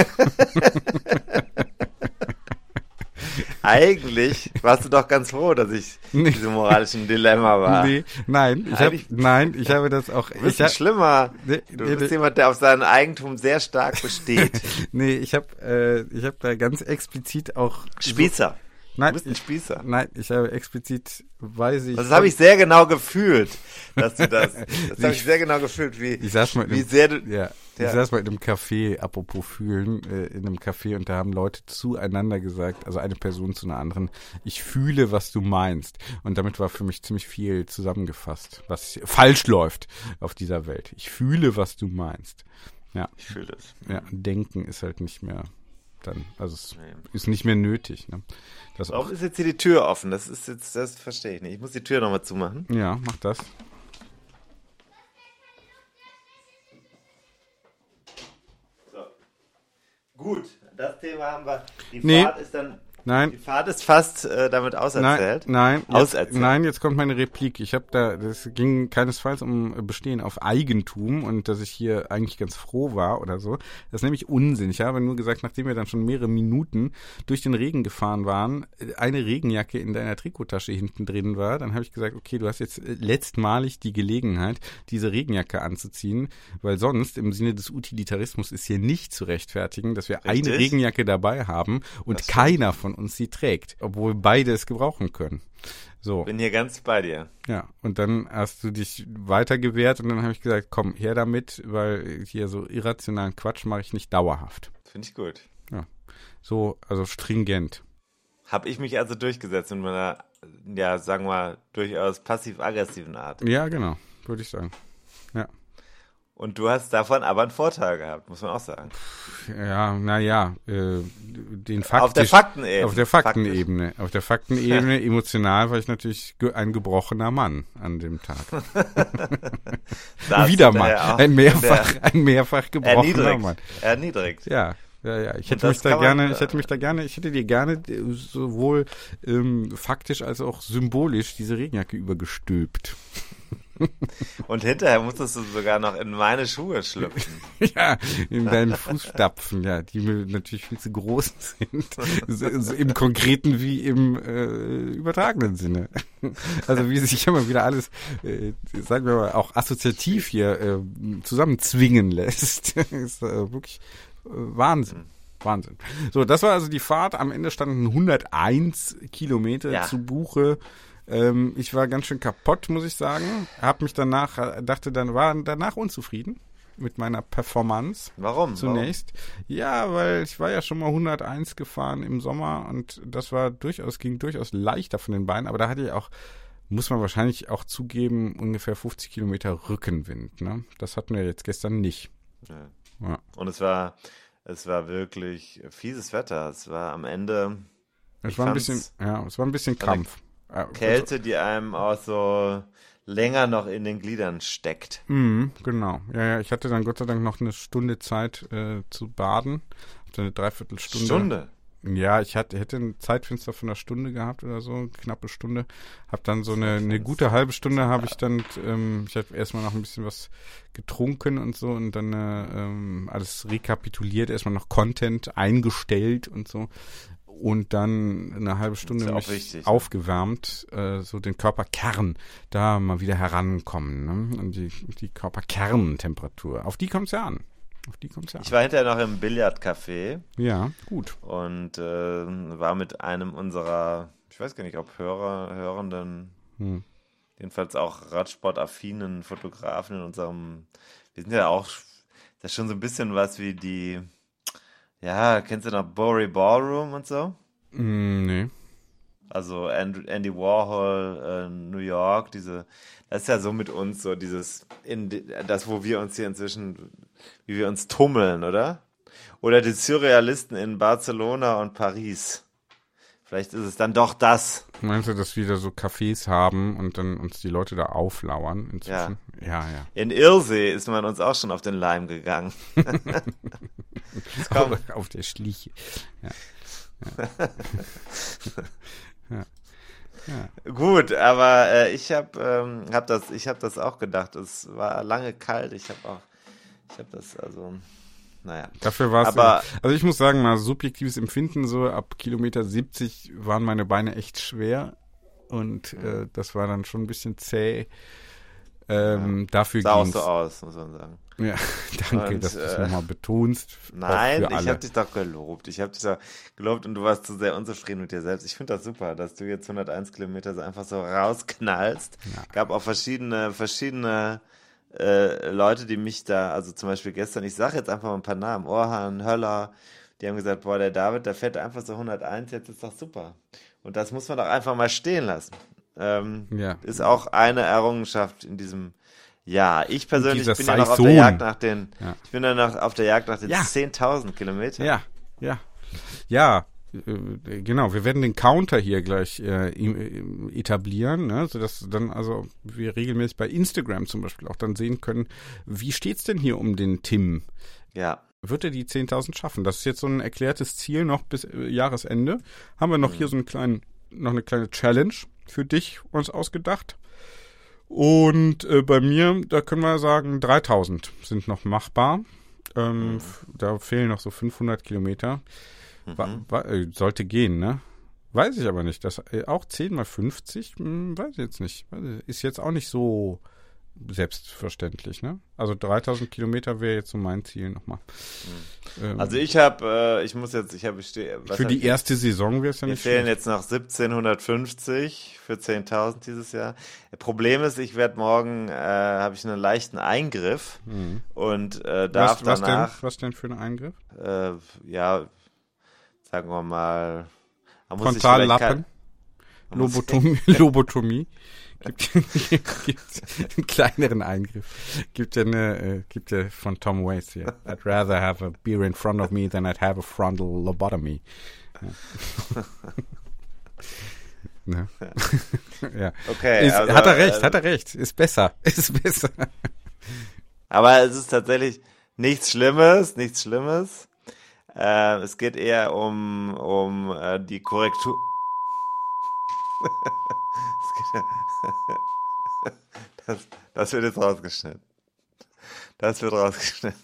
Eigentlich warst du doch ganz froh, dass ich Nee. diesem moralischen Dilemma war. Nee, nein, ich habe Eigentlich- nein, ich habe das auch. Du bist Ich ein hab, schlimmer. Nee, Du nee, bist nee. jemand, der auf sein Eigentum sehr stark besteht. nee, ich habe, äh, ich habe da ganz explizit auch. Spießer. So, nein, Du bist ein ich, Spießer. nein, ich habe explizit, weiß ich. Das habe ich sehr genau gefühlt, dass du das. Das habe ich sehr genau gefühlt, wie, Ich saß mal in wie einem, sehr du. ja, ich Ja. saß mal in einem Café, apropos fühlen, äh, in einem Café und da haben Leute zueinander gesagt, also eine Person zu einer anderen, ich fühle, was du meinst. Und damit war für mich ziemlich viel zusammengefasst, was falsch läuft auf dieser Welt. Ich fühle, was du meinst. Ja, Ich fühle es. ja, denken ist halt nicht mehr dann, also es Nee. ist nicht mehr nötig. Ne? Das auch, Warum ist jetzt hier die Tür offen? Das ist jetzt, das verstehe ich nicht. Ich muss die Tür nochmal zumachen. ja, mach das. Gut, das Thema haben wir. Die Nee. Fahrt ist dann. Nein, Die Fahrt ist fast äh, damit auserzählt. Nein, nein, jetzt, Auserzählt. nein, jetzt kommt meine Replik. Ich habe da, das ging keinesfalls um Bestehen auf Eigentum und dass ich hier eigentlich ganz froh war oder so. Das ist nämlich Unsinn. Ich habe nur gesagt, nachdem wir dann schon mehrere Minuten durch den Regen gefahren waren, eine Regenjacke in deiner Trikottasche hinten drin war, dann habe ich gesagt, okay, du hast jetzt letztmalig die Gelegenheit, diese Regenjacke anzuziehen, weil sonst im Sinne des Utilitarismus ist hier nicht zu rechtfertigen, dass wir Richtig. eine Regenjacke dabei haben und Das stimmt. keiner von uns sie trägt, obwohl beide es gebrauchen können. So, Bin hier ganz bei dir. ja. Und dann hast du dich weiter gewehrt und dann habe ich gesagt, komm, her damit, weil hier so irrationalen Quatsch mache ich nicht dauerhaft. Finde ich gut. So, also stringent. Habe ich mich also durchgesetzt mit meiner, ja, sagen wir mal, durchaus passiv-aggressiven Art. Ja, genau, würde ich sagen. Ja. Und du hast davon aber einen Vorteil gehabt, muss man auch sagen. Ja, naja, äh, den faktisch, Auf der Faktenebene. Auf der Faktenebene. Auf der Faktenebene, emotional war ich natürlich ge- ein gebrochener Mann an dem Tag. Das Wieder der mal. auch- Ein mehrfach, der ein mehrfach gebrochener Erniedrigt. Mann. Erniedrigt. Ja, ja, ja. Ich Und hätte das mich da kann man, gerne, äh, ich hätte mich da gerne, ich hätte dir gerne äh, sowohl ähm, faktisch als auch symbolisch diese Regenjacke übergestülpt. Und hinterher musstest du sogar noch in meine Schuhe schlüpfen. Ja, in deinen Fußstapfen, ja, die mir natürlich viel zu groß sind. So, so im konkreten wie im äh, übertragenen Sinne. Also wie sich immer wieder alles, äh, sagen wir mal, auch assoziativ hier äh, zusammenzwingen lässt. Ist äh, wirklich äh, Wahnsinn. Wahnsinn. So, das war also die Fahrt. Am Ende standen hunderteins Kilometer Ja. zu Buche. Ähm, ich war ganz schön kaputt, muss ich sagen. Hab mich danach, dachte dann, war danach unzufrieden mit meiner Performance. Warum? Zunächst. Ja, weil ich war ja schon mal hunderteins gefahren im Sommer und das war durchaus, ging durchaus leichter von den Beinen, aber da hatte ich auch, muss man wahrscheinlich auch zugeben, ungefähr fünfzig Kilometer Rückenwind, ne? Das hatten wir jetzt gestern nicht. Ja. Ja. Und es war, es war wirklich fieses Wetter. Es war am Ende Es Ich war ein fand's bisschen, ja, es war ein bisschen von der Kampf. Ja, Kälte, die einem auch so länger noch in den Gliedern steckt. Mhm, genau. Ja, ja, ich hatte dann Gott sei Dank noch eine Stunde Zeit äh, zu baden. Hatte eine Dreiviertelstunde. Stunde. Ja, ich hatte, hätte ein Zeitfenster von einer Stunde gehabt oder so, eine knappe Stunde. Hab dann so eine, eine gute halbe Stunde habe ich dann, ähm, ich habe erstmal noch ein bisschen was getrunken und so und dann äh, ähm, alles rekapituliert, erstmal noch Content eingestellt und so. Und dann eine halbe Stunde Ist ja auch mich wichtig, ne? aufgewärmt, äh, so den Körperkern da mal wieder herankommen, ne? Und die, die Körperkerntemperatur, auf die kommt's ja an. Auf die kommt's ja an. Ich war hinterher noch im Billardcafé Ja, gut. und äh, war mit einem unserer, ich weiß gar nicht, ob Hörer, Hörenden, Hm. jedenfalls auch radsportaffinen Fotografen in unserem, wir sind ja auch, das ist schon so ein bisschen was wie die, ja, kennst du noch Bowery Ballroom und so? Mm, nee. Also And- Andy Warhol, äh, New York, diese, das ist ja so mit uns so dieses, in die, das, wo wir uns hier inzwischen, wie wir uns tummeln, oder? Oder die Surrealisten in Barcelona und Paris. Vielleicht ist es dann doch das. Meinst du, dass wir da so Cafés haben und dann uns die Leute da auflauern inzwischen? Ja, ja. ja. In Ilsee ist man uns auch schon auf den Leim gegangen. auf, auf der Schliche. Ja. Ja. ja. Ja. Gut, aber äh, ich habe ähm, hab das, ich habe das auch gedacht. Es war lange kalt. Ich habe auch, ich habe das also, naja. Dafür war es. Aber also ich muss sagen, mal subjektives Empfinden so ab Kilometer siebzig waren meine Beine echt schwer und äh, das war dann schon ein bisschen zäh. Ähm, ja. Dafür sah auch ging's. so aus, muss man sagen. Ja, danke, Und, dass du es äh, nochmal betonst. Nein, auch für ich alle. habe dich doch gelobt. Ich habe dich doch gelobt und du warst zu sehr unzufrieden mit dir selbst. Ich finde das super, dass du jetzt hunderteins Kilometer so einfach so rausknallst. Ja. Gab auch verschiedene, verschiedene äh, Leute, die mich da, also zum Beispiel gestern, ich sage jetzt einfach mal ein paar Namen, Orhan, Höller, die haben gesagt, boah, der David, der fährt einfach so hunderteins, jetzt ist doch super. Und das muss man doch einfach mal stehen lassen. Ähm, Ja. Ist auch eine Errungenschaft in diesem Ja, ich persönlich dieser bin ja noch auf Saison. der Jagd nach den, Ja. ich bin ja noch auf der Jagd nach den Ja. zehntausend Kilometern. Ja, ja. Ja, äh, genau. Wir werden den Counter hier gleich äh, im- äh, etablieren, ne? Sodass dann also wir regelmäßig bei Instagram zum Beispiel auch dann sehen können, wie steht's denn hier um den Tim? Ja. Wird er die zehntausend schaffen? Das ist jetzt so ein erklärtes Ziel noch bis äh, Jahresende. Haben wir noch hier so einen kleinen, noch eine kleine Challenge für dich uns ausgedacht. Und äh, bei mir, da können wir sagen, dreitausend sind noch machbar. Ähm, Mhm. f- Da fehlen noch so fünfhundert Kilometer. Wa Mhm. wa äh, sollte gehen, ne? Weiß ich aber nicht. Das äh, auch zehn mal fünfzig, hm, weiß ich jetzt nicht. Weiß ich- Ist jetzt auch nicht so selbstverständlich, ne? Also dreitausend Kilometer wäre jetzt so mein Ziel nochmal. Ähm, Also ich habe, äh, ich muss jetzt, ich habe, ich stehe, was für hab die ich- erste Saison wäre es ja Mir nicht fehlen schlecht. jetzt noch siebzehnhundertfünfzig für zehntausend dieses Jahr. Problem ist, ich werde morgen, äh, habe ich einen leichten Eingriff Mhm. und äh, darf Was, was, denn, danach, was denn für ein Eingriff? äh, ja, sagen wir mal, man muss sich vielleicht Frontallappen? kein- man muss- Lobotomie? Lobotomie? Gibt, gibt einen kleineren Eingriff. Gibt ja eine, äh, gibt ja von Tom Waits hier. I'd rather have a beer in front of me than I'd have a frontal lobotomy. Ja. Ne? Ja. Okay, Ist, also, hat er recht, äh, hat er recht. Ist besser, ist besser. Aber es ist tatsächlich nichts Schlimmes, nichts Schlimmes. Äh, es geht eher um, um äh, die Korrektur. es geht, das, das wird jetzt rausgeschnitten. Das wird rausgeschnitten.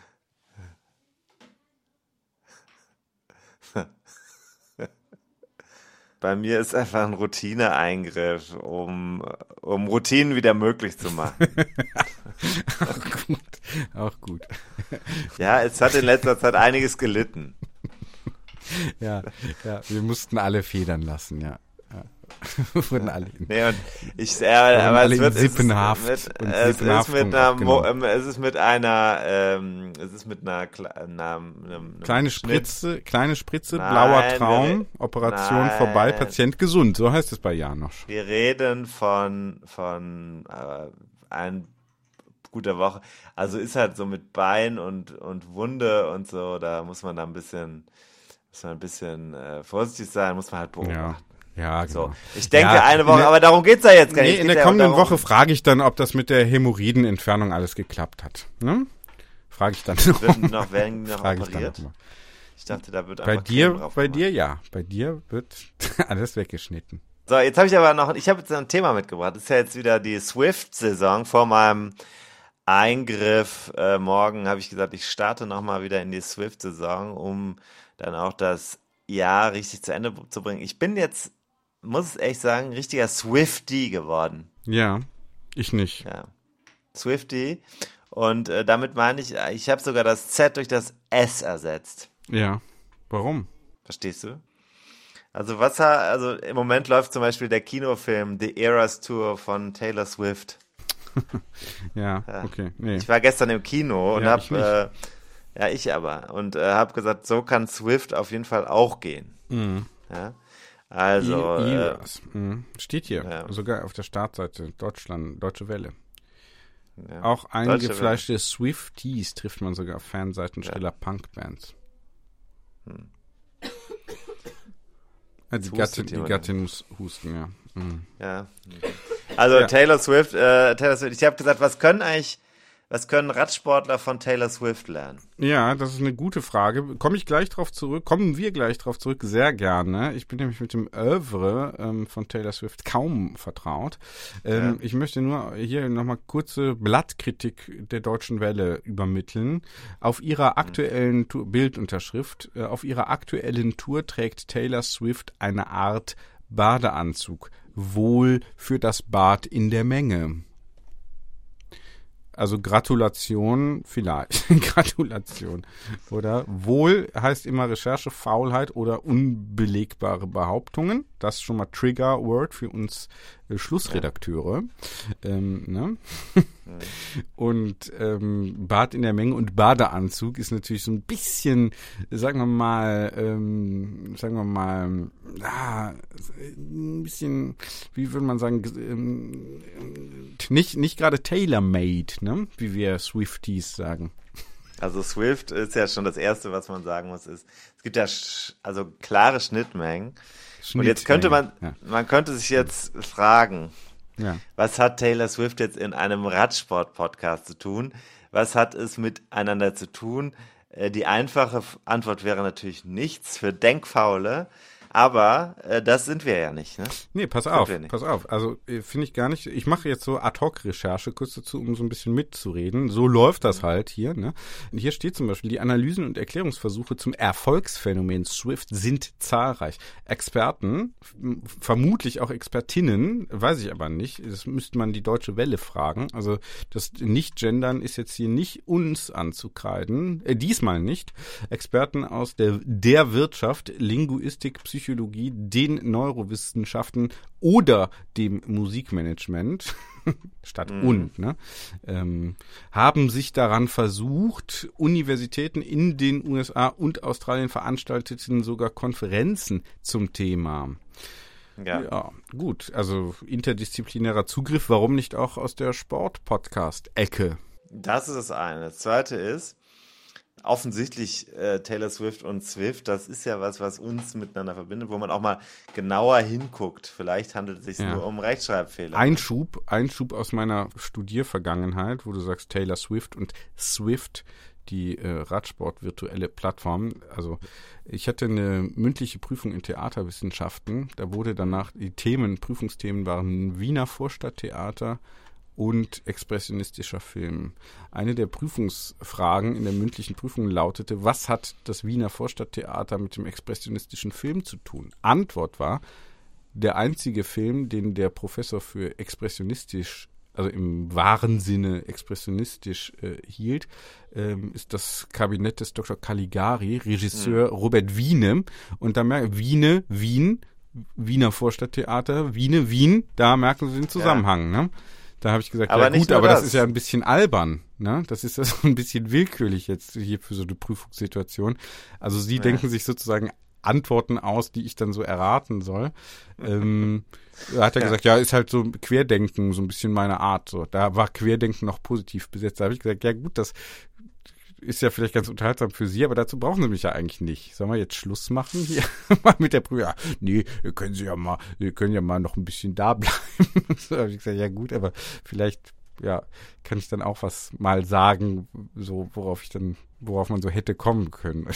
Bei mir ist einfach ein Routineeingriff, um, um Routinen wieder möglich zu machen. Auch gut, auch gut. Ja, es hat in letzter Zeit einiges gelitten. Ja, ja, wir mussten alle federn lassen, ja. ja. Wurden alle in, Nee, und ich, äh, aber alle es wird, in Sippenhaft es ist, und mit, es ist Sippenhaftung mit einer, Mo, abgenommen. ähm, es ist mit einer, ähm, es ist mit einer, Kle- einer einem, einem Kleine Schnitt. Spritze, kleine Spritze, Nein, blauer wir Traum, re- Operation Nein. vorbei, Patient gesund. So heißt es bei Janosch. Wir reden von, von, äh, ein guter Woche. Also ist halt so mit Bein und, und Wunde und so, da muss man da ein bisschen, muss man ein bisschen, äh, vorsichtig sein, muss man halt beobachten. Ja, ja, genau. So. Ich denke Ja, eine Woche, in der- aber darum geht's ja jetzt gar nicht. Nee, Es in geht der ja kommenden darum- Woche frage ich dann, ob das mit der Hämorrhoidenentfernung alles geklappt hat. Ne? Frage ich dann noch. Wird noch, werden die noch Frage ich dann operiert? noch mal. Ich dachte, da wird Bei einfach dir, Creme drauf bei gemacht. dir ja. Bei dir wird alles weggeschnitten. So, jetzt habe ich aber noch, ich habe jetzt ein Thema mitgebracht. Das ist ja jetzt wieder die Swift-Saison. Vor meinem Eingriff äh, morgen habe ich gesagt, ich starte nochmal wieder in die Swift-Saison, um dann auch das Jahr richtig zu Ende zu bringen. Ich bin jetzt, muss es echt sagen, richtiger Swiftie geworden. Ja, ich nicht. Ja, Swiftie. Und äh, damit meine ich, ich habe sogar das Z durch das S ersetzt. Ja. Warum? Verstehst du? Also was also im Moment läuft zum Beispiel der Kinofilm The Eras Tour von Taylor Swift. ja, ja, okay. Nee. Ich war gestern im Kino und ja, hab, äh, ja ich aber, und äh, habe gesagt, so kann Swift auf jeden Fall auch gehen. Mhm. Ja. Also e- äh, mhm. Steht hier, ja. sogar auf der Startseite, Deutschland, Deutsche Welle. Ja. Auch eingefleischte Swifties trifft man sogar auf Fanseiten ja. schriller Punkbands. Hm. Ja, die, Gattin, die Gattin muss husten, ja. Mhm. Ja. Also ja. Taylor Swift, äh, Taylor Swift, ich habe gesagt, was können eigentlich, was können Radsportler von Taylor Swift lernen? Ja, das ist eine gute Frage. Komme ich gleich drauf zurück, kommen wir gleich drauf zurück, sehr gerne. Ich bin nämlich mit dem Oeuvre ähm, von Taylor Swift kaum vertraut. Ähm, ja. Ich möchte nur hier nochmal kurze Blattkritik der Deutschen Welle übermitteln. Auf ihrer aktuellen mhm. Tour, Bildunterschrift, äh, auf ihrer aktuellen Tour trägt Taylor Swift eine Art Badeanzug. Wohl für das Bad in der Menge. Also Gratulation vielleicht. Gratulation. Oder wohl heißt immer Recherche, Faulheit oder unbelegbare Behauptungen. Das ist schon mal Trigger-Word für uns äh, Schlussredakteure. Ja. Ähm, ne? Ja. Und ähm, Bad in der Menge und Badeanzug ist natürlich so ein bisschen, sagen wir mal, ähm, sagen wir mal, ah, ein bisschen, wie würde man sagen, ähm, nicht, nicht gerade tailor-made, ne? Wie wir Swifties sagen. Also Swift ist ja schon das Erste, was man sagen muss, ist, es gibt ja sch- also klare Schnittmengen. Und jetzt könnte man, ja. man könnte sich jetzt fragen, ja. was hat Taylor Swift jetzt in einem Radsport-Podcast zu tun? Was hat es miteinander zu tun? Die einfache Antwort wäre natürlich nichts für Denkfaule. Aber äh, das sind wir ja nicht, ne? Nee, pass auf, pass auf. Also äh, finde ich gar nicht, ich mache jetzt so Ad-Hoc-Recherche kurz dazu, um so ein bisschen mitzureden. So läuft das halt hier, ne? Und hier steht zum Beispiel, die Analysen und Erklärungsversuche zum Erfolgsphänomen Swift sind zahlreich. Experten, f- vermutlich auch Expertinnen, weiß ich aber nicht, das müsste man die Deutsche Welle fragen. Also das Nicht-Gendern ist jetzt hier nicht uns anzukreiden, äh, diesmal nicht. Experten aus der, der Wirtschaft, Linguistik, Psychologie, Psychologie, den Neurowissenschaften oder dem Musikmanagement statt mm. und, ne, ähm, haben sich daran versucht, Universitäten in den U S A und Australien veranstalteten sogar Konferenzen zum Thema. Ja. ja, gut, also interdisziplinärer Zugriff, warum nicht auch aus der Sport-Podcast-Ecke? Das ist das eine. Das zweite ist, offensichtlich äh, Taylor Swift und Zwift, das ist ja was, was uns miteinander verbindet, wo man auch mal genauer hinguckt. Vielleicht handelt es sich ja. nur um Rechtschreibfehler. Einschub, Einschub aus meiner Studiervergangenheit, wo du sagst Taylor Swift und Swift, die äh, Radsport-virtuelle Plattform. Also ich hatte eine mündliche Prüfung in Theaterwissenschaften. Da wurde danach, die Themen, Prüfungsthemen waren Wiener Vorstadttheater und expressionistischer Film. Eine der Prüfungsfragen in der mündlichen Prüfung lautete, was hat das Wiener Vorstadttheater mit dem expressionistischen Film zu tun? Antwort war, der einzige Film, den der Professor für expressionistisch, also im wahren Sinne expressionistisch äh, hielt, ähm, ist das Kabinett des Doktor Caligari, Regisseur mhm. Robert Wiene. Und da merkt Wiene, Wien, Wiener Vorstadttheater, Wiene, Wien, da merken Sie den Zusammenhang, ja. ne? Da habe ich gesagt, aber ja gut, aber das. das ist ja ein bisschen albern, ne? Das ist ja so ein bisschen willkürlich jetzt hier für so eine Prüfungssituation. Also Sie ja. denken sich sozusagen Antworten aus, die ich dann so erraten soll. ähm, da hat er ja. gesagt, ja, ist halt so Querdenken, so ein bisschen meine Art. So, da war Querdenken noch positiv besetzt. Da habe ich gesagt, ja gut, das ist ja vielleicht ganz unterhaltsam für Sie, aber dazu brauchen Sie mich ja eigentlich nicht. Sollen wir jetzt Schluss machen hier mal mit der Prüfung? Ja, nee, können Sie ja mal, wir können ja mal noch ein bisschen da bleiben. So habe ich gesagt, ja gut, aber vielleicht, ja, kann ich dann auch was mal sagen, so worauf ich dann, worauf man so hätte kommen können.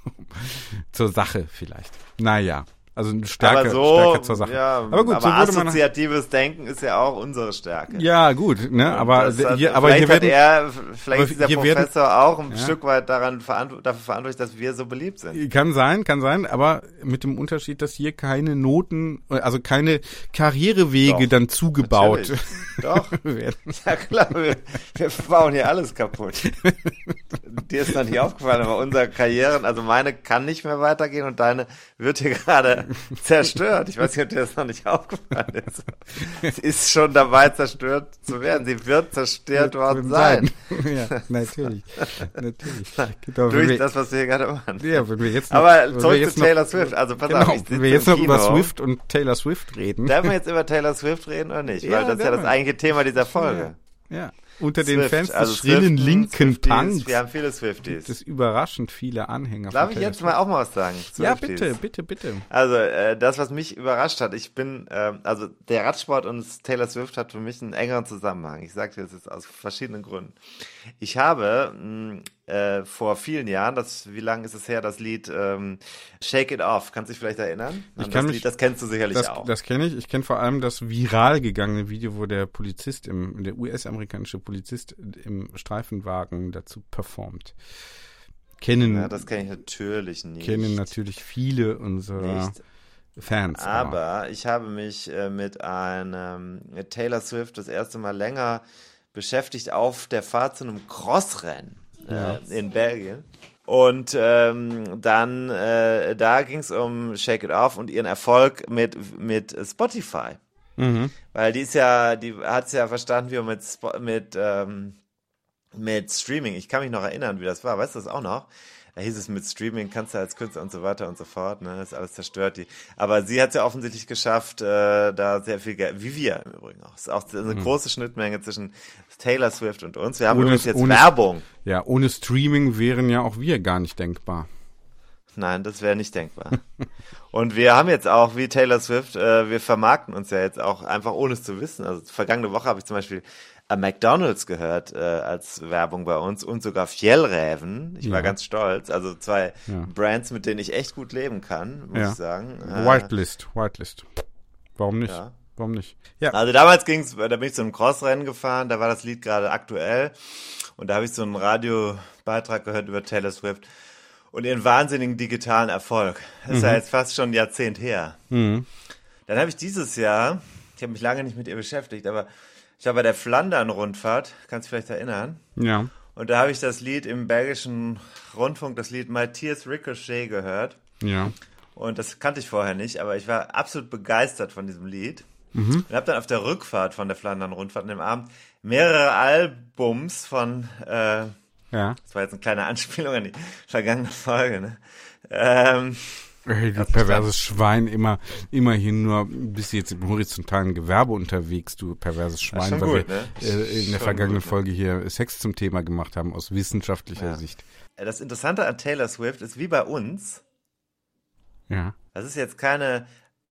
Zur Sache vielleicht. Naja. Also stärker, aber so, stärker zur Sache. Ja, aber gut, aber so assoziatives Denken ist ja auch unsere Stärke. Ja, gut, ne, aber hat, hier, aber vielleicht hier werden, er, vielleicht ist dieser Professor werden, auch ein ja. Stück weit daran verantw- dafür verantwortlich, dass wir so beliebt sind. Kann sein, kann sein, aber mit dem Unterschied, dass hier keine Noten, also keine Karrierewege Doch, dann zugebaut Doch, werden. Ja klar, wir, wir bauen hier alles kaputt. dir ist noch nicht aufgefallen, aber unsere Karrieren, also meine kann nicht mehr weitergehen und deine wird hier gerade zerstört. Ich weiß nicht, ob dir das noch nicht aufgefallen ist. Sie ist schon dabei, zerstört zu werden. Sie wird zerstört worden sein. Ja, natürlich. natürlich. Genau, durch wir, das, was wir hier gerade machen. Ja, wenn wir jetzt noch, aber zurück jetzt zu Taylor noch, Swift. Also pass genau, auf, ich wenn wir jetzt noch über Swift und Taylor Swift reden. Dürfen wir jetzt über Taylor Swift reden oder nicht? Ja, Weil das ist ja das eigentliche Thema dieser Folge. Ja. ja. Unter Swift, den Fans des also schrillen linken Punks. Wir haben viele Swifties. Das ist überraschend viele Anhänger. Darf ich jetzt mal auch mal was sagen? Swifties. Ja, bitte, bitte, bitte. Also äh, das, was mich überrascht hat, ich bin, äh, also der Radsport und Taylor Swift hat für mich einen engeren Zusammenhang. Ich sage dir das jetzt aus verschiedenen Gründen. Ich habe mh, äh, vor vielen Jahren, das, wie lange ist es her, das Lied ähm, Shake It Off, kannst du dich vielleicht erinnern? Ich An kann das mich, Lied, das kennst du sicherlich das, auch. Das kenne ich. Ich kenne vor allem das viral gegangene Video, wo der Polizist, im, der U S-amerikanische Polizist im Streifenwagen dazu performt. Kennen, ja, das kenne ich natürlich nicht. Kennen natürlich viele unserer nicht. Fans. Aber, aber ich habe mich äh, mit einem mit Taylor Swift das erste Mal länger beschäftigt auf der Fahrt zu einem Crossrennen äh, ja. in Belgien. Und ähm, dann, äh, da ging es um Shake It Off und ihren Erfolg mit, mit Spotify. Mhm. Weil die ist ja, die hat es ja verstanden, wie man mit, Sp- mit, ähm, mit Streaming, ich kann mich noch erinnern, wie das war, weißt du das auch noch? Da hieß es, mit Streaming kannst du als Künstler und so weiter und so fort, ne, ist alles zerstört. Die. Aber sie hat es ja offensichtlich geschafft, äh, da sehr viel Geld, wie wir im Übrigen auch. Es ist auch eine mhm. große Schnittmenge zwischen Taylor Swift und uns. Wir haben ohne, übrigens jetzt ohne, Werbung. Ja, ohne Streaming wären ja auch wir gar nicht denkbar. Nein, das wäre nicht denkbar. Und wir haben jetzt auch, wie Taylor Swift, äh, wir vermarkten uns ja jetzt auch einfach, ohne es zu wissen. Also vergangene Woche habe ich zum Beispiel äh, McDonald's gehört äh, als Werbung bei uns und sogar Fjällräven. Ich war ja. ganz stolz. Also zwei ja. Brands, mit denen ich echt gut leben kann, muss ja. ich sagen. Äh, Whitelist, Whitelist. Warum nicht? Ja. Warum nicht? Ja. Also damals ging's, da bin ich zu einem Crossrennen gefahren, da war das Lied gerade aktuell und da habe ich so einen Radiobeitrag gehört über Taylor Swift und ihren wahnsinnigen digitalen Erfolg. Das mhm. ist ja jetzt fast schon ein Jahrzehnt her. Mhm. Dann habe ich dieses Jahr, ich habe mich lange nicht mit ihr beschäftigt, aber ich war bei der Flandern-Rundfahrt, kannst du dich vielleicht erinnern? Ja. Und da habe ich das Lied im belgischen Rundfunk, das Lied My Tears Ricochet gehört. Ja. Und das kannte ich vorher nicht, aber ich war absolut begeistert von diesem Lied. Mhm. Und habe dann auf der Rückfahrt von der Flandern-Rundfahrt an dem Abend mehrere Albums von, äh, ja. das war jetzt eine kleine Anspielung an die vergangene Folge, ne? Ähm, Hey, du perverses Schwein, immer, immerhin nur, bist du jetzt im horizontalen Gewerbe unterwegs, du perverses Schwein, weil gut, wir ne? äh, in der schon vergangenen gut, ne? Folge hier Sex zum Thema gemacht haben, aus wissenschaftlicher ja. Sicht. Das Interessante an Taylor Swift ist, wie bei uns, ja. das ist jetzt keine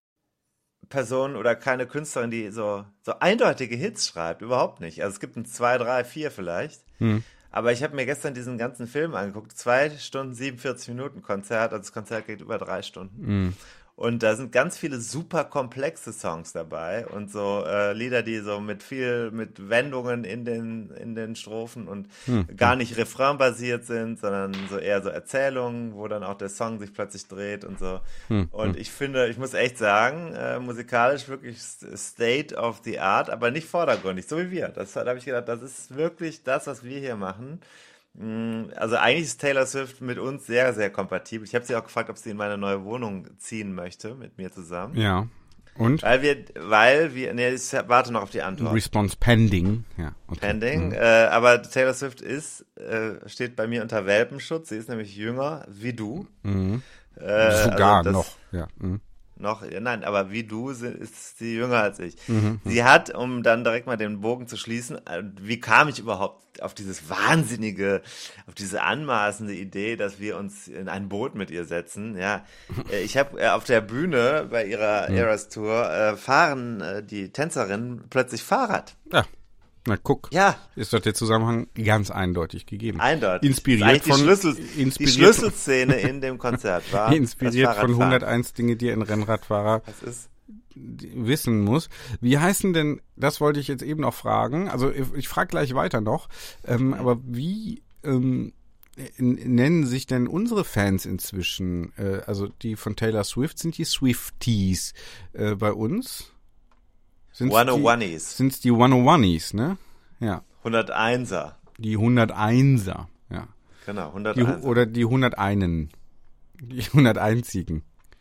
Person oder keine Künstlerin, die so, so eindeutige Hits schreibt, überhaupt nicht. Also es gibt ein zwei, drei, vier vielleicht. Hm. Aber ich habe mir gestern diesen ganzen Film angeguckt. Zwei Stunden, siebenundvierzig Minuten Konzert. Also das Konzert geht über drei Stunden. Mm. Und da sind ganz viele super komplexe Songs dabei und so äh, Lieder, die so mit viel, mit Wendungen in den, in den Strophen und mm. gar nicht refrainbasiert sind, sondern so eher so Erzählungen, wo dann auch der Song sich plötzlich dreht und so. Mm. Und ich finde, ich muss echt sagen, äh, musikalisch wirklich State of the Art, aber nicht vordergründig, so wie wir. Das da habe ich gedacht, das ist wirklich das, was wir hier machen. Also eigentlich ist Taylor Swift mit uns sehr, sehr kompatibel. Ich habe sie auch gefragt, ob sie in meine neue Wohnung ziehen möchte, mit mir zusammen. Ja. Und? Weil wir, weil wir, nee, ich warte noch auf die Antwort. Response pending. Ja. Okay. Pending. Mhm. Äh, aber Taylor Swift ist, äh, steht bei mir unter Welpenschutz. Sie ist nämlich jünger wie du. Mhm. Äh, Sogar also das, noch, ja. Mhm. Noch, nein, aber wie du ist sie jünger als ich. Mhm. Sie hat, um dann direkt mal den Bogen zu schließen, wie kam ich überhaupt auf dieses wahnsinnige, auf diese anmaßende Idee, dass wir uns in ein Boot mit ihr setzen? Ja, ich habe auf der Bühne bei ihrer mhm. Eras Tour äh, fahren äh, die Tänzerinnen plötzlich Fahrrad. Ja. Na guck, ja. Ist doch der Zusammenhang ganz eindeutig gegeben. Eindeutig. Inspiriert von, die, Schlüssel, inspiriert die Schlüsselszene in dem Konzert war inspiriert von hunderteins Dinge, die ein Rennradfahrer das ist wissen muss. Wie heißen denn, das wollte ich jetzt eben noch fragen, also ich, ich frage gleich weiter noch, ähm, mhm. aber wie ähm, nennen sich denn unsere Fans inzwischen, äh, also die von Taylor Swift, sind die Swifties äh, bei uns? hunderteins. Sind es die hunderteins, ne? Ja. hunderteinser. Die hunderteinser, ja. Genau, hunderteins. Die, oder die hunderteins. Die hunderteinzigen.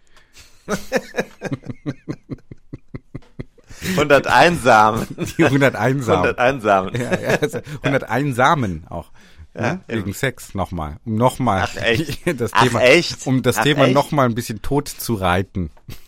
hunderteinsamen. Die hunderteinsamen. hunderteinsamen. Ja, ja, also hunderteinsamen auch. Ja, ne? Wegen Sex nochmal. Um nochmal Ach, echt? das Ach, Thema, echt? um das Ach, Thema echt? nochmal ein bisschen tot zu reiten.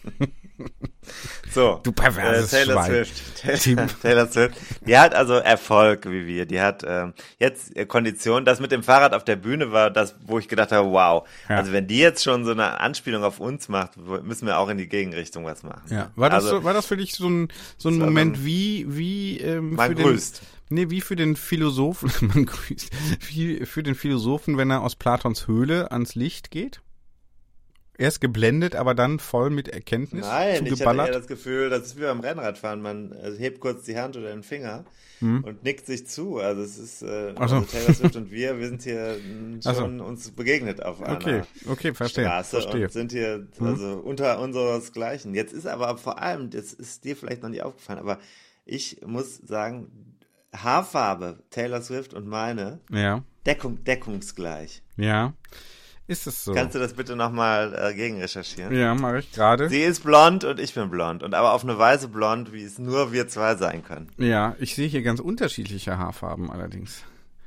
So, Du perverses äh, Taylor Schwein. Swift. Taylor, Taylor Swift. Die hat also Erfolg wie wir. Die hat ähm, jetzt äh, Kondition. Das mit dem Fahrrad auf der Bühne war das, wo ich gedacht habe, wow. Ja. Also wenn die jetzt schon so eine Anspielung auf uns macht, müssen wir auch in die Gegenrichtung was machen. Ja, war das also, so, war das für dich so ein so ein war Moment dann- wie wie ähm, Man für grüßt. den nee, wie für den Philosophen, man grüßt, wie für den Philosophen, wenn er aus Platons Höhle ans Licht geht? Erst geblendet, aber dann voll mit Erkenntnis Nein, ich hatte zugeballert. eher das Gefühl, das ist wie beim Rennradfahren, man äh, hebt kurz die Hand oder den Finger Hm. und nickt sich zu. Also es ist äh, Ach so. also Taylor Swift und wir, wir sind hier mh, Ach so. schon uns begegnet auf einer Okay, okay, verstehe, Straße verstehe. und sind hier also unter unseresgleichen. Jetzt ist aber vor allem, das ist dir vielleicht noch nicht aufgefallen, aber ich muss sagen, Haarfarbe, Taylor Swift und meine, Ja, Deckung, deckungsgleich. ja. Ist es so? Kannst du das bitte nochmal äh, gegenrecherchieren? Ja, mache ich gerade. Sie ist blond und ich bin blond. Und aber auf eine Weise blond, wie es nur wir zwei sein können. Ja, ich sehe hier ganz unterschiedliche Haarfarben allerdings.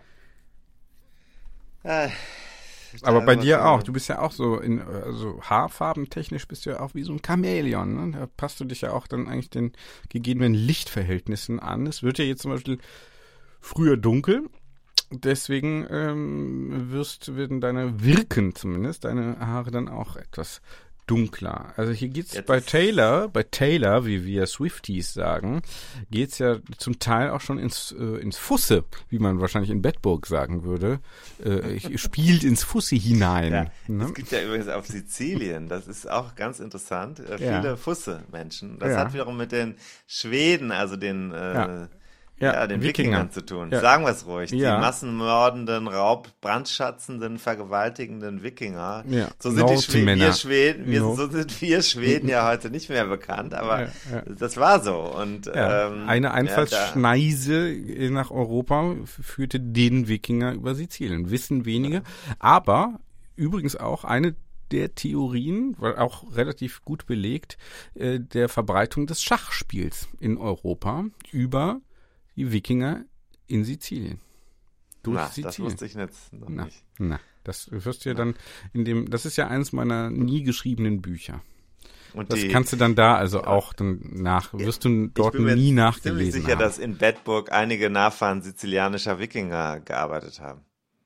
Äh, Aber bei was dir soll- auch. Du bist ja auch so in, also haarfarbentechnisch bist du ja auch wie so ein Chamäleon. Ne? Da passt du dich ja auch dann eigentlich den gegebenen Lichtverhältnissen an. Es wird ja jetzt zum Beispiel früher dunkel. Deswegen ähm, wirst, werden deine Wirken zumindest, deine Haare dann auch etwas dunkler. Also hier geht's Jetzt bei ist- Taylor, bei Taylor, wie wir Swifties sagen, geht's ja zum Teil auch schon ins äh, ins Fusse, wie man wahrscheinlich in Bedburg sagen würde, äh, spielt ins Fusse hinein. Ja, Ne? es gibt ja übrigens auf Sizilien, das ist auch ganz interessant, äh, Ja. viele Fusse-Menschen. Das Ja. hat wiederum mit den Schweden, also den, äh, Ja. ja. Ja, den Wikinger. Wikingern zu tun. Ja. Sagen wir es ruhig. Ja. Die massenmordenden, Raub, brandschatzenden, vergewaltigenden Wikinger. Ja. So sind die Schweden, Nordmänner. wir Schweden, wir, Nord- so sind wir Schweden ja heute nicht mehr bekannt, aber Ja, ja. das war so. Und Ja, ähm, eine ja, Einfallsschneise nach Europa f- führte den Wikinger über Sizilien. Wissen wenige. Aber übrigens auch eine der Theorien, weil auch relativ gut belegt, äh, der Verbreitung des Schachspiels in Europa über die Wikinger in Sizilien. Durch na, das Sizilien. wusste ich jetzt noch Na, nicht. na, das wirst du ja dann in dem, das ist ja eines meiner nie geschriebenen Bücher. Und Das die, kannst du dann da also auch dann nach, wirst du dort ich bin mir nie ziemlich nachgelesen sicher, haben. dass in Bedburg einige Nachfahren sizilianischer Wikinger gearbeitet haben.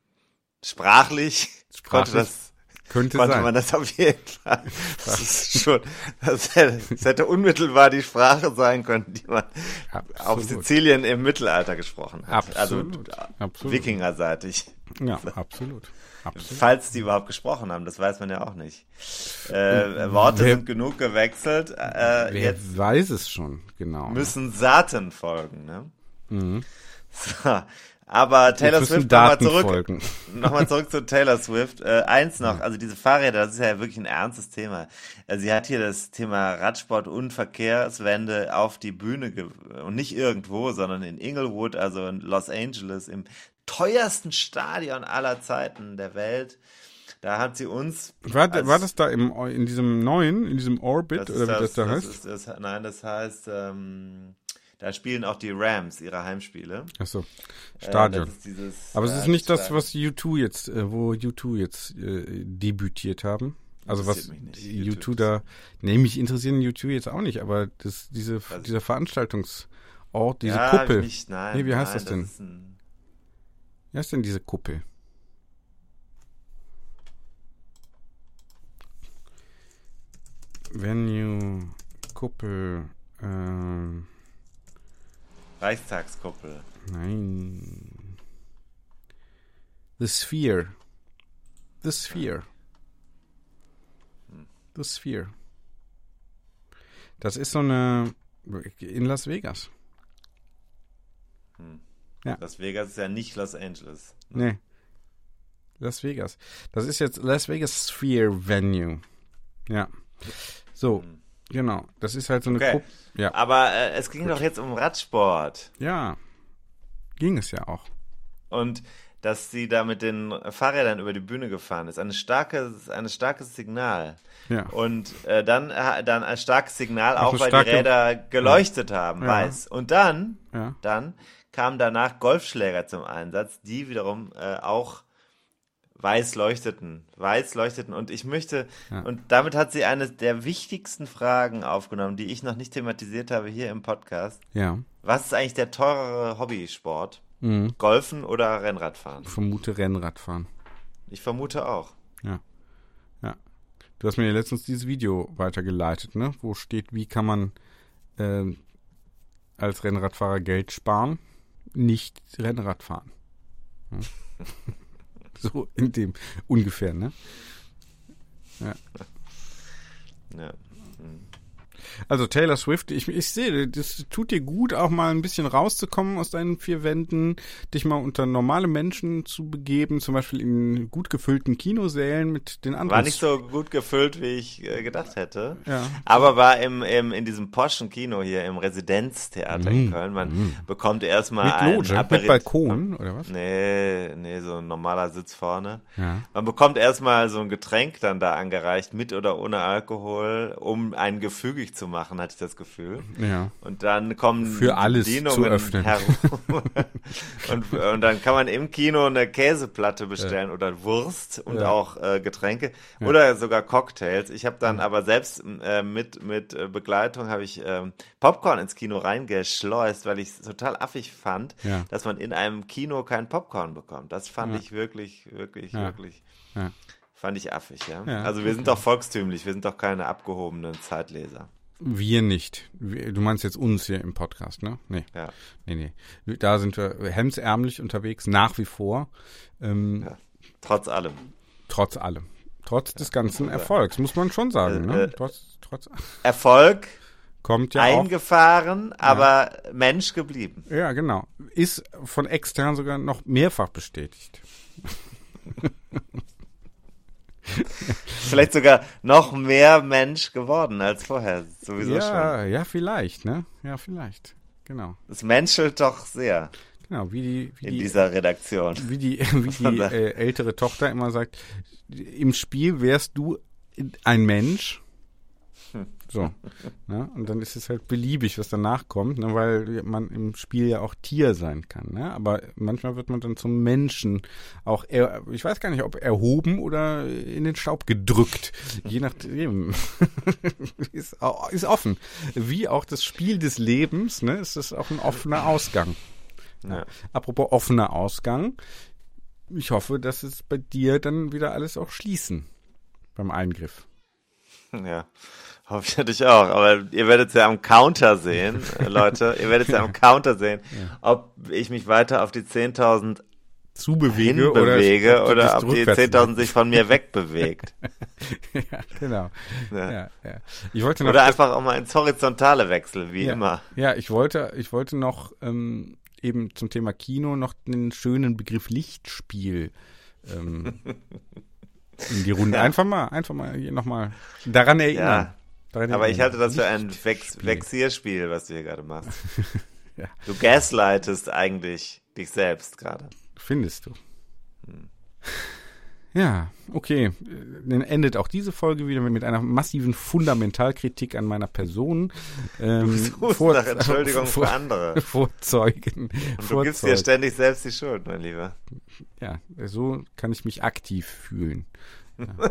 Sprachlich, konnte Sprachlich das Könnte konnte sein. man das auf jeden Fall. Das ist schon, das hätte, das hätte unmittelbar die Sprache sein können, die man Absolut. auf Sizilien im Mittelalter gesprochen hat. Absolut. Also Absolut. Wikingerseitig. Ja, absolut. Absolut. Falls die überhaupt gesprochen haben, das weiß man ja auch nicht. Äh, Worte Wer- sind genug gewechselt. Äh, Wer jetzt weiß es schon, genau. müssen Saaten folgen. Ne? Mhm. So, aber Taylor Jetzt müssen Swift, nochmal Daten zurück, folgen. nochmal zurück zu Taylor Swift. Äh, eins noch, also diese Fahrräder, das ist ja wirklich ein ernstes Thema. Äh, sie hat hier das Thema Radsport und Verkehrswende auf die Bühne ge und nicht irgendwo, sondern in Inglewood, also in Los Angeles, im teuersten Stadion aller Zeiten der Welt. Da hat sie uns... War, als- war das da im, in diesem neuen, in diesem Orbit, das ist oder wie das da das heißt? Ist, das, nein, das heißt, ähm, da spielen auch die Rams ihre Heimspiele. Achso, Äh, Stadion. das ist dieses, Aber es äh, ist nicht das, Stadion. was U zwei jetzt, äh, wo U zwei jetzt äh, debütiert haben. Also was Interessiert mich nicht. U zwei da, nee, mich interessieren U zwei jetzt auch nicht, aber das, diese, Was? dieser Veranstaltungsort, diese ja, Kuppel. Nicht, nein, Nee, wie heißt nein, das denn? Ist ein, Wie heißt denn diese Kuppel? Venue, Kuppel, ähm, Reichstagskuppel. nein. The Sphere. The Sphere. The Sphere. Das ist so eine, in Las Vegas. Ja. Las Vegas ist ja nicht Los Angeles. Nee. Las Vegas. Das ist jetzt Las Vegas Sphere Venue. Ja. So, genau. Das ist halt so eine Okay. Kuppel. Ja. Aber äh, es ging doch jetzt um Radsport. Ja. Ging es ja auch. Und dass sie da mit den Fahrrädern über die Bühne gefahren ist. Ein starkes, ein starkes Signal. Ja. Und äh, dann, äh, dann ein starkes Signal, auch, auch weil starke, die Räder geleuchtet ja. haben, ja. weiß. Und dann, ja. dann kamen danach Golfschläger zum Einsatz, die wiederum äh, auch weiß leuchteten. Weiß leuchteten. Und ich möchte, ja. und damit hat sie eine der wichtigsten Fragen aufgenommen, die ich noch nicht thematisiert habe hier im Podcast. Ja. Was ist eigentlich der teurere Hobbysport? Mhm. Golfen oder Rennradfahren? Ich vermute Rennradfahren. Ich vermute auch. Ja. Ja. Du hast mir ja letztens dieses Video weitergeleitet, ne? Wo steht, wie kann man äh, als Rennradfahrer Geld sparen? Nicht Rennrad fahren. Ja. So in dem ungefähr, ne? Ja. Ja. Mhm. Also Taylor Swift, ich, ich sehe, das tut dir gut, auch mal ein bisschen rauszukommen aus deinen vier Wänden, dich mal unter normale Menschen zu begeben, zum Beispiel in gut gefüllten Kinosälen mit den anderen. War nicht so gut gefüllt, wie ich äh, gedacht hätte, ja. aber war im, im in diesem Poschen Kino hier im Residenztheater mm. in Köln. Man mm. bekommt erstmal mit ein Loge, Aperit- mit Balkon, oder was? Nee, nee, so ein normaler Sitz vorne. Ja. Man bekommt erstmal so ein Getränk dann da angereicht, mit oder ohne Alkohol, um einen gefügig zu machen, hatte ich das Gefühl. Ja. Und dann kommen für alles zu öffnen. herum. und, und dann kann man im Kino eine Käseplatte bestellen ja. oder Wurst und ja. auch äh, Getränke ja. oder sogar Cocktails. Ich habe dann ja. aber selbst äh, mit mit äh, Begleitung habe ich äh, Popcorn ins Kino reingeschleust, weil ich es total affig fand, ja. dass man in einem Kino kein Popcorn bekommt. Das fand ja. ich wirklich, wirklich, ja. wirklich... Ja. Fand ich affig, ja. ja also wir okay. sind doch volkstümlich, wir sind doch keine abgehobenen Zeitleser. Wir nicht. Du meinst jetzt uns hier im Podcast, ne? Nee. Ja. Nee, nee. Da sind wir hemdsärmlich unterwegs, nach wie vor. Ähm, ja. Trotz allem. Trotz allem. Trotz ja. des ganzen Erfolgs, muss man schon sagen, äh, ne? Trotz, trotz Erfolg kommt ja eingefahren, auch, aber ja. Mensch geblieben. Ja, genau. Ist von extern sogar noch mehrfach bestätigt. Vielleicht sogar noch mehr Mensch geworden als vorher, sowieso ja, schon. Ja, ja, vielleicht, ne? Ja, vielleicht, genau. Es menschelt doch sehr. Genau, wie die... Wie in die, dieser Redaktion. Wie die, wie die äh, ältere Tochter immer sagt, im Spiel wärst du ein Mensch. So, ne? Und dann ist es halt beliebig, was danach kommt, ne? Weil man im Spiel ja auch Tier sein kann. Ne? Aber manchmal wird man dann zum Menschen auch, er, ich weiß gar nicht, ob erhoben oder in den Staub gedrückt. Je nachdem. ist, ist offen. Wie auch das Spiel des Lebens, ne? Ist das auch ein offener Ausgang. Ja. Ja. Apropos offener Ausgang. Ich hoffe, dass es bei dir dann wieder alles auch schließen beim Eingriff. Ja. Hoffe ich natürlich auch, aber ihr werdet es ja am Counter sehen, Leute, ihr werdet es ja am Counter sehen, ja. ob ich mich weiter auf die zehntausend zubewege oder, oder ob die zehntausend sich von mir wegbewegt. Ja, genau. Ja. Ja, ja. Ich wollte noch oder einfach auch mal ins Horizontale wechseln, wie ja, immer. Ja, ich wollte, ich wollte noch ähm, eben zum Thema Kino noch einen schönen Begriff Lichtspiel ähm, in die Runde. Ja. Einfach mal, einfach mal hier nochmal daran erinnern. Ja. Daran Aber erinnern. ich halte das für ein Vex- Vexierspiel, was du hier gerade machst. Ja. Du gaslightest eigentlich dich selbst gerade. Findest du? Hm. Ja, okay. Dann endet auch diese Folge wieder mit einer massiven Fundamentalkritik an meiner Person. Ähm, du suchst vor, nach Entschuldigung vor, für andere. Vorzeugen. Und du gibst dir ständig selbst die Schuld, mein Lieber. Ja, so kann ich mich aktiv fühlen. Ja.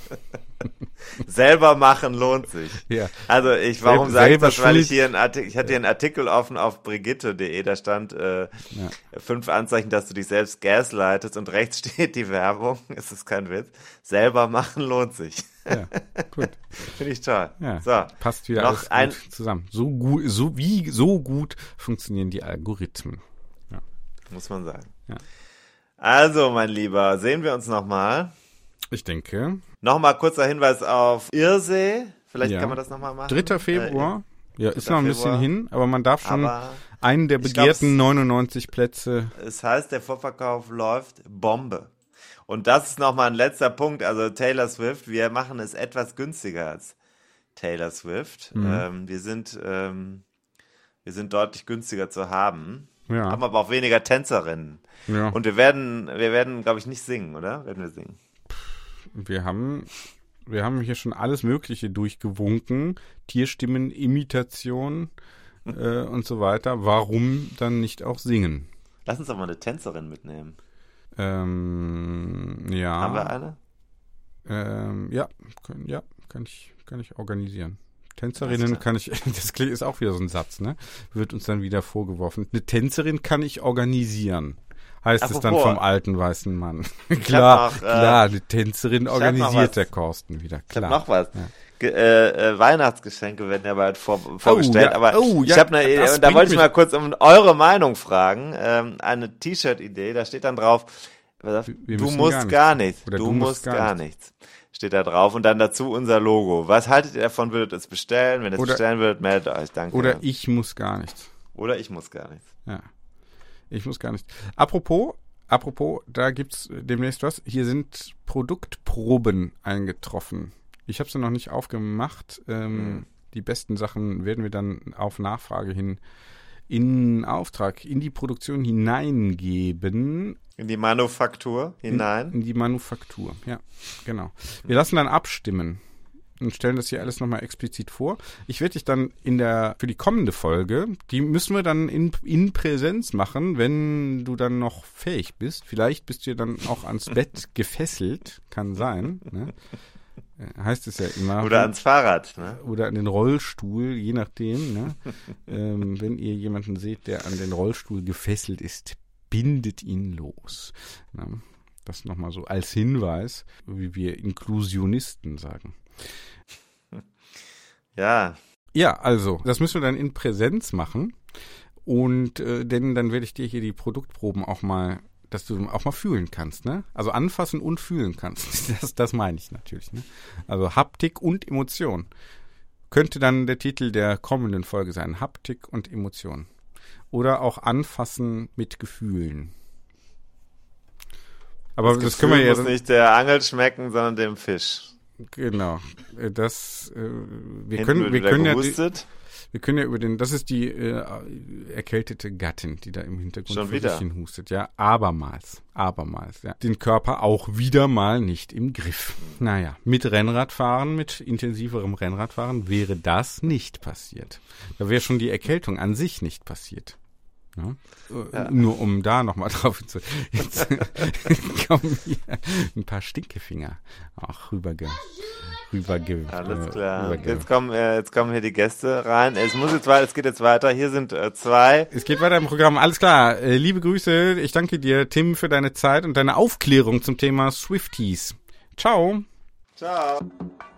Selber machen lohnt sich. Ja. Also ich, warum sage ich das? Weil schuld. ich hier einen Artikel, ich hatte hier einen Artikel offen auf brigitte punkt de, da stand äh, ja. fünf Anzeichen, dass du dich selbst gaslightest und rechts steht die Werbung, es ist kein Witz, selber machen lohnt sich. Ja, gut. Finde ich toll. Ja, so, passt wieder noch alles ein, gut zusammen. So gut, so wie so gut funktionieren die Algorithmen. Ja. Muss man sagen. Ja. Also, mein Lieber, sehen wir uns nochmal. Ich denke. Nochmal kurzer Hinweis auf Irsee. Vielleicht ja. kann man das nochmal machen. dritter Februar. Äh, ja, ist noch ein Februar. bisschen hin, aber man darf schon aber einen der begehrten neunundneunzig Plätze. Es heißt, der Vorverkauf läuft Bombe. Und das ist nochmal ein letzter Punkt. Also Taylor Swift, wir machen es etwas günstiger als Taylor Swift. Mhm. Ähm, wir sind, ähm, wir sind deutlich günstiger zu haben. Ja. Haben aber auch weniger Tänzerinnen. Ja. Und wir werden, wir werden, glaube ich, nicht singen, oder? Werden wir singen? Wir haben, wir haben hier schon alles Mögliche durchgewunken. Tierstimmen, Imitation äh, und so weiter. Warum dann nicht auch singen? Lass uns doch mal eine Tänzerin mitnehmen. Ähm, ja. Haben wir eine? Ähm, ja, kann, ja, kann ich, kann ich organisieren. Tänzerinnen kann ich, das ist auch wieder so ein Satz, ne? Wird uns dann wieder vorgeworfen. Eine Tänzerin kann ich organisieren. Heißt Apropos, es dann vom alten weißen Mann. klar, noch, klar, äh, eine Tänzerin organisiert der Korsten wieder. Klar. Ich hab noch was. Ja. Ge- äh, äh, Weihnachtsgeschenke werden ja bald vor, vorgestellt, oh, ja. aber oh, ich ja, habe eine, und da wollte ich mal kurz um eure Meinung fragen. Ähm, eine T-Shirt-Idee, da steht dann drauf, Wir du musst gar, nicht. gar nichts, Oder du, du musst gar, gar nichts. nichts. Steht da drauf und dann dazu unser Logo. Was haltet ihr davon? Würdet ihr es bestellen? Wenn ihr es oder, bestellen würdet, meldet euch. Danke. Oder ich muss gar nichts. Oder ich muss gar nichts. Ja, ich muss gar nichts. Apropos, apropos, da gibt's demnächst was. Hier sind Produktproben eingetroffen. Ich habe sie noch nicht aufgemacht. Ähm, hm. Die besten Sachen werden wir dann auf Nachfrage hin in Auftrag, in die Produktion hineingeben. In die Manufaktur hinein? In, in die Manufaktur, ja, genau. Wir lassen dann abstimmen und stellen das hier alles nochmal explizit vor. Ich werde dich dann in der, für die kommende Folge, die müssen wir dann in, in Präsenz machen, wenn du dann noch fähig bist. Vielleicht bist du dann auch ans Bett gefesselt, kann sein, ne? Heißt es ja immer. Oder ans Fahrrad, ne? Oder an den Rollstuhl, je nachdem, ne? ähm, wenn ihr jemanden seht, der an den Rollstuhl gefesselt ist, bindet ihn los. Na, das nochmal so als Hinweis, wie wir Inklusionisten sagen. Ja. Ja, also, das müssen wir dann in Präsenz machen. Und äh, denn dann werde ich dir hier die Produktproben auch mal, dass du auch mal fühlen kannst, ne? Also anfassen und fühlen kannst. Das, das meine ich natürlich, ne? Also Haptik und Emotion. Könnte dann der Titel der kommenden Folge sein. Haptik und Emotion. Oder auch anfassen mit Gefühlen. Aber das, das können wir ja muss nicht der Angel schmecken, sondern dem Fisch. Genau. Das äh, wir Hinten können wir können gehustet. ja wir können ja über den, das ist die äh, erkältete Gattin, die da im Hintergrund Schon vor wieder sich hin hustet, ja, abermals, abermals, ja. Den Körper auch wieder mal nicht im Griff. Naja, mit Rennradfahren, mit intensiverem Rennradfahren wäre das nicht passiert. Da wäre schon die Erkältung an sich nicht passiert. Ja? Ja. Nur um da nochmal drauf zu. Jetzt kommen hier ein paar Stinkefinger auch rüberge. rüberge Alles klar. Rüberge jetzt, kommen, äh, jetzt kommen hier die Gäste rein. Es muss jetzt weiter, es geht jetzt weiter. Hier sind äh, zwei. Es geht weiter im Programm. Alles klar. Äh, liebe Grüße. Ich danke dir, Tim, für deine Zeit und deine Aufklärung zum Thema Swifties. Ciao. Ciao.